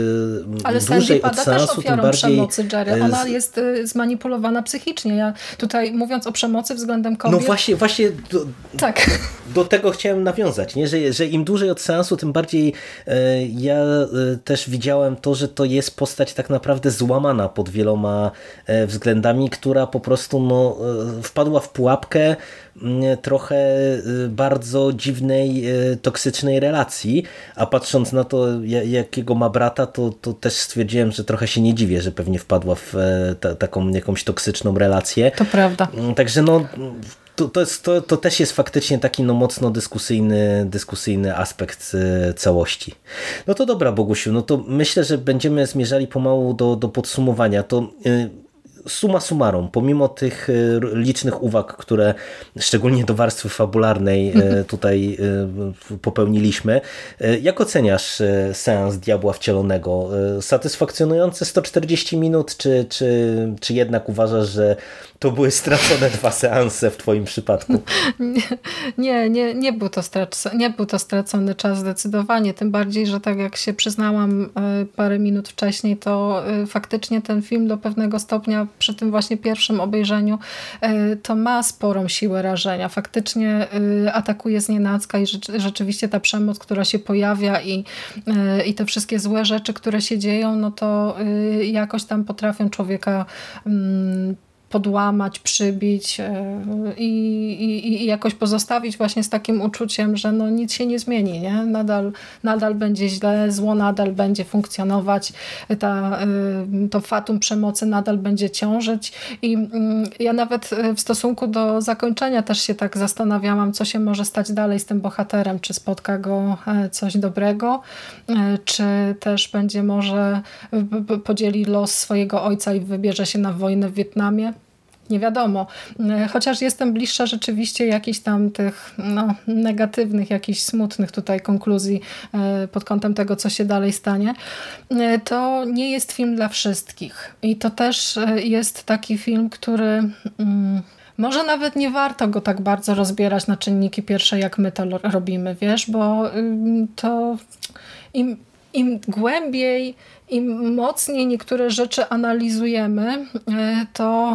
Ale dłużej Sandy od pada seansu, też ofiarą tym bardziej... przemocy, Jerry. Ona jest zmanipulowana psychicznie. Ja tutaj mówiąc o przemocy względem kobiet... No właśnie, właśnie do, tak. do tego chciałem nawiązać, nie? Że, że im dłużej od seansu, tym bardziej e, ja e, też widziałem to, że to jest postać tak naprawdę złamana pod wieloma względami, która po prostu no, wpadła w pułapkę trochę bardzo dziwnej, toksycznej relacji, a patrząc na to, jakiego ma brata, to, to też stwierdziłem, że trochę się nie dziwię, że pewnie wpadła w ta, taką jakąś toksyczną relację. To prawda. Także no To, to, jest, to, to też jest faktycznie taki no, mocno dyskusyjny, dyskusyjny aspekt całości. No to dobra, Bogusiu, no to myślę, że będziemy zmierzali pomału do, do podsumowania. To yy, summa summarum, pomimo tych licznych uwag, które szczególnie do warstwy fabularnej tutaj popełniliśmy, jak oceniasz seans Diabła Wcielonego? Satysfakcjonujące sto czterdzieści minut, czy, czy, czy jednak uważasz, że to były stracone dwa seanse w twoim przypadku? Nie, nie, nie, był to strac- nie był to stracony czas zdecydowanie, tym bardziej, że tak jak się przyznałam parę minut wcześniej, to faktycznie ten film do pewnego stopnia przy tym właśnie pierwszym obejrzeniu to ma sporą siłę rażenia. Faktycznie atakuje znienacka i rzeczywiście ta przemoc, która się pojawia i, i te wszystkie złe rzeczy, które się dzieją, no to jakoś tam potrafią człowieka podłamać, przybić i, i, i jakoś pozostawić właśnie z takim uczuciem, że no nic się nie zmieni, nie? Nadal, nadal będzie źle, zło nadal będzie funkcjonować, ta, to fatum przemocy nadal będzie ciążyć i ja nawet w stosunku do zakończenia też się tak zastanawiałam, co się może stać dalej z tym bohaterem, czy spotka go coś dobrego, czy też będzie może podzieli los swojego ojca i wybierze się na wojnę w Wietnamie. Nie wiadomo. Chociaż jestem bliższa rzeczywiście jakichś tam tych no, negatywnych, jakichś smutnych tutaj konkluzji pod kątem tego, co się dalej stanie, to nie jest film dla wszystkich. I to też jest taki film, który mm, może nawet nie warto go tak bardzo rozbierać na czynniki pierwsze, jak my to robimy, wiesz, bo to im, im głębiej, im mocniej niektóre rzeczy analizujemy, to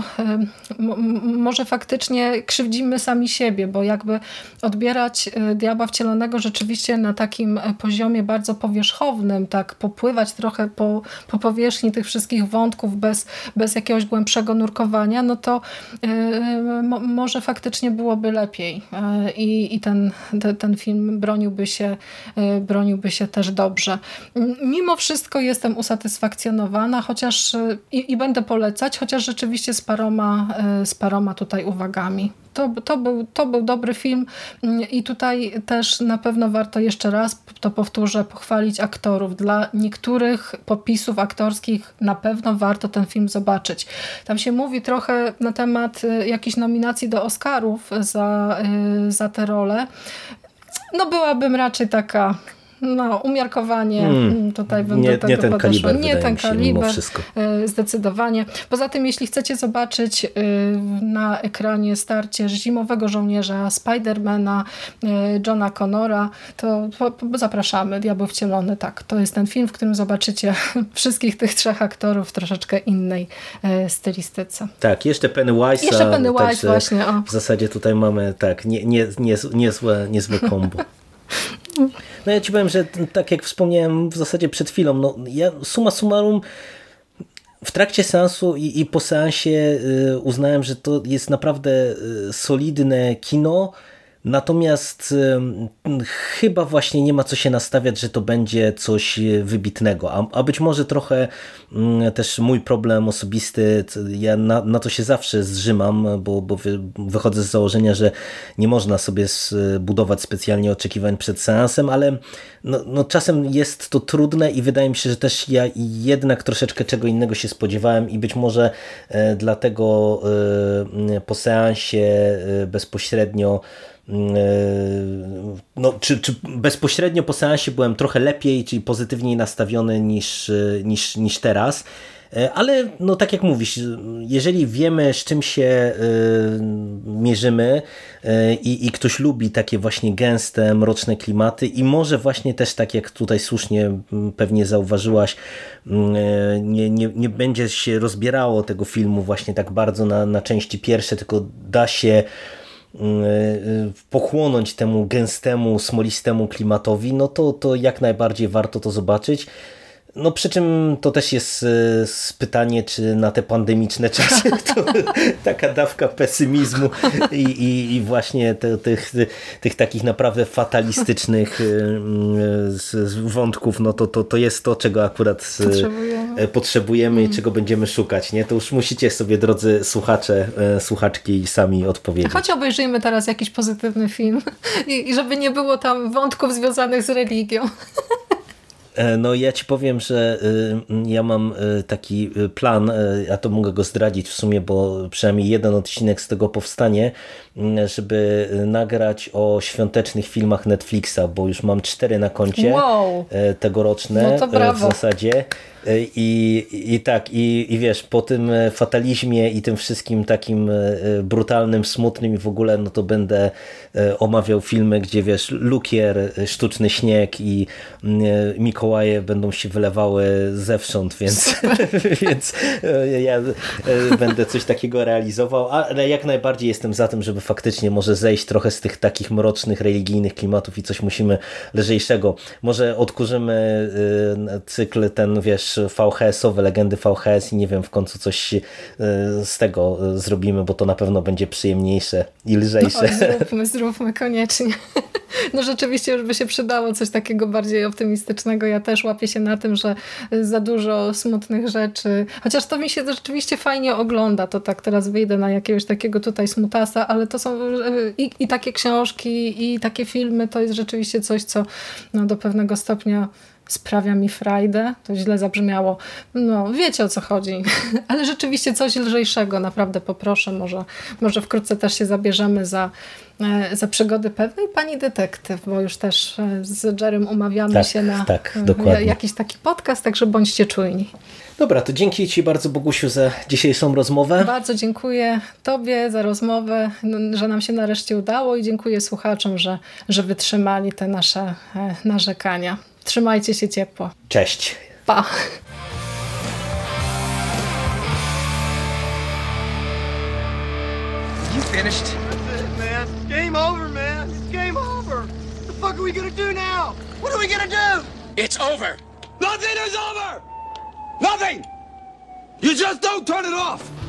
może faktycznie krzywdzimy sami siebie, bo jakby odbierać Diabła Wcielonego rzeczywiście na takim poziomie bardzo powierzchownym, tak popływać trochę po, po powierzchni tych wszystkich wątków bez, bez jakiegoś głębszego nurkowania, no to mo, może faktycznie byłoby lepiej i, i ten, te, ten film broniłby się, broniłby się też dobrze. Mimo wszystko jestem usatysfakcjonowana, chociaż i, i będę polecać, chociaż rzeczywiście z paroma, z paroma tutaj uwagami. To, to, był, to był dobry film i tutaj też na pewno warto jeszcze raz, to powtórzę, pochwalić aktorów. Dla niektórych popisów aktorskich na pewno warto ten film zobaczyć. Tam się mówi trochę na temat jakichś nominacji do Oscarów za, za tę rolę. No byłabym raczej taka... No, umiarkowanie hmm. tutaj bym nie, do tego nie ten podeszła. Kaliber, nie ten się, kaliber, wszystko. Zdecydowanie. Poza tym, jeśli chcecie zobaczyć na ekranie starcie Zimowego Żołnierza, Spidermana, Johna Connora, to zapraszamy. Diabeł Wcielony, tak. To jest ten film, w którym zobaczycie wszystkich tych trzech aktorów w troszeczkę innej stylistyce. Tak, jeszcze Pennywise. Jeszcze Pennywise, właśnie. O. W zasadzie tutaj mamy tak, nie, nie, nie, niezłe, niezłe kombo. No ja ci powiem, że tak jak wspomniałem w zasadzie przed chwilą, no ja summa summarum w trakcie seansu i, i po seansie uznałem, że to jest naprawdę solidne kino, natomiast y, chyba właśnie nie ma co się nastawiać, że to będzie coś wybitnego, a, a być może trochę y, też mój problem osobisty, ja na, na to się zawsze zrzymam, bo, bo wy, wychodzę z założenia, że nie można sobie zbudować specjalnie oczekiwań przed seansem, ale no, no, czasem jest to trudne i wydaje mi się, że też ja jednak troszeczkę czego innego się spodziewałem i być może y, dlatego y, po seansie y, bezpośrednio no, czy, czy bezpośrednio po seansie byłem trochę lepiej, czyli pozytywniej nastawiony niż, niż, niż teraz. Ale no tak jak mówisz, jeżeli wiemy, z czym się y, mierzymy y, i ktoś lubi takie właśnie gęste, mroczne klimaty i może właśnie też tak jak tutaj słusznie pewnie zauważyłaś, y, nie, nie, nie będzie się rozbierało tego filmu właśnie tak bardzo na, na części pierwsze, tylko da się pochłonąć temu gęstemu, smolistemu klimatowi, no to, to jak najbardziej warto to zobaczyć. No przy czym to też jest y, pytanie, czy na te pandemiczne czasy to taka dawka pesymizmu i, i, i właśnie te, tych, tych takich naprawdę fatalistycznych y, y, wątków, no to, to, to jest to, czego akurat y, potrzebujemy, potrzebujemy mm. i czego będziemy szukać. Nie? To już musicie sobie, drodzy słuchacze, y, słuchaczki, sami odpowiedzieć. Choć obejrzyjmy teraz jakiś pozytywny film i, i żeby nie było tam wątków związanych z religią. No ja ci powiem, że ja mam taki plan, ja to mogę go zdradzić w sumie, bo przynajmniej jeden odcinek z tego powstanie, żeby nagrać o świątecznych filmach Netflixa, bo już mam cztery na koncie wow. tegoroczne no w zasadzie. I, i tak, i, i wiesz, po tym fatalizmie i tym wszystkim takim brutalnym, smutnym i w ogóle, no to będę omawiał filmy, gdzie wiesz, lukier, sztuczny śnieg i Mikołaje będą się wylewały zewsząd, więc, więc ja będę coś takiego realizował, ale jak najbardziej jestem za tym, żeby faktycznie może zejść trochę z tych takich mrocznych, religijnych klimatów i coś musimy lżejszego. Może odkurzymy cykl ten, wiesz, V H S-owe, legendy V H S i nie wiem, w końcu coś z tego zrobimy, bo to na pewno będzie przyjemniejsze i lżejsze. No, zróbmy, zróbmy koniecznie. No rzeczywiście już by się przydało coś takiego bardziej optymistycznego. Ja też łapię się na tym, że za dużo smutnych rzeczy, chociaż to mi się rzeczywiście fajnie ogląda, to tak teraz wyjdę na jakiegoś takiego tutaj smutasa, ale to są i, i takie książki, i takie filmy, to jest rzeczywiście coś, co no, do pewnego stopnia sprawia mi frajdę, to źle zabrzmiało. No, wiecie o co chodzi. Ale rzeczywiście coś lżejszego, naprawdę poproszę. Może, może wkrótce też się zabierzemy za, za przygody pewnej pani detektyw, bo już też z Jerrym umawiamy tak, się na tak, dokładnie. jakiś taki podcast, także bądźcie czujni. Dobra, to dzięki ci bardzo, Bogusiu, za dzisiejszą rozmowę. Bardzo dziękuję tobie za rozmowę, że nam się nareszcie udało i dziękuję słuchaczom, że, że wytrzymali te nasze narzekania. Trzymajcie się ciepło. Cześć. Pa. You finished? That's it, man. Game over, man. It's game over. What the fuck are we gonna do now? What are we gonna do? It's over. Nothing is over. Nothing. You just don't turn it off.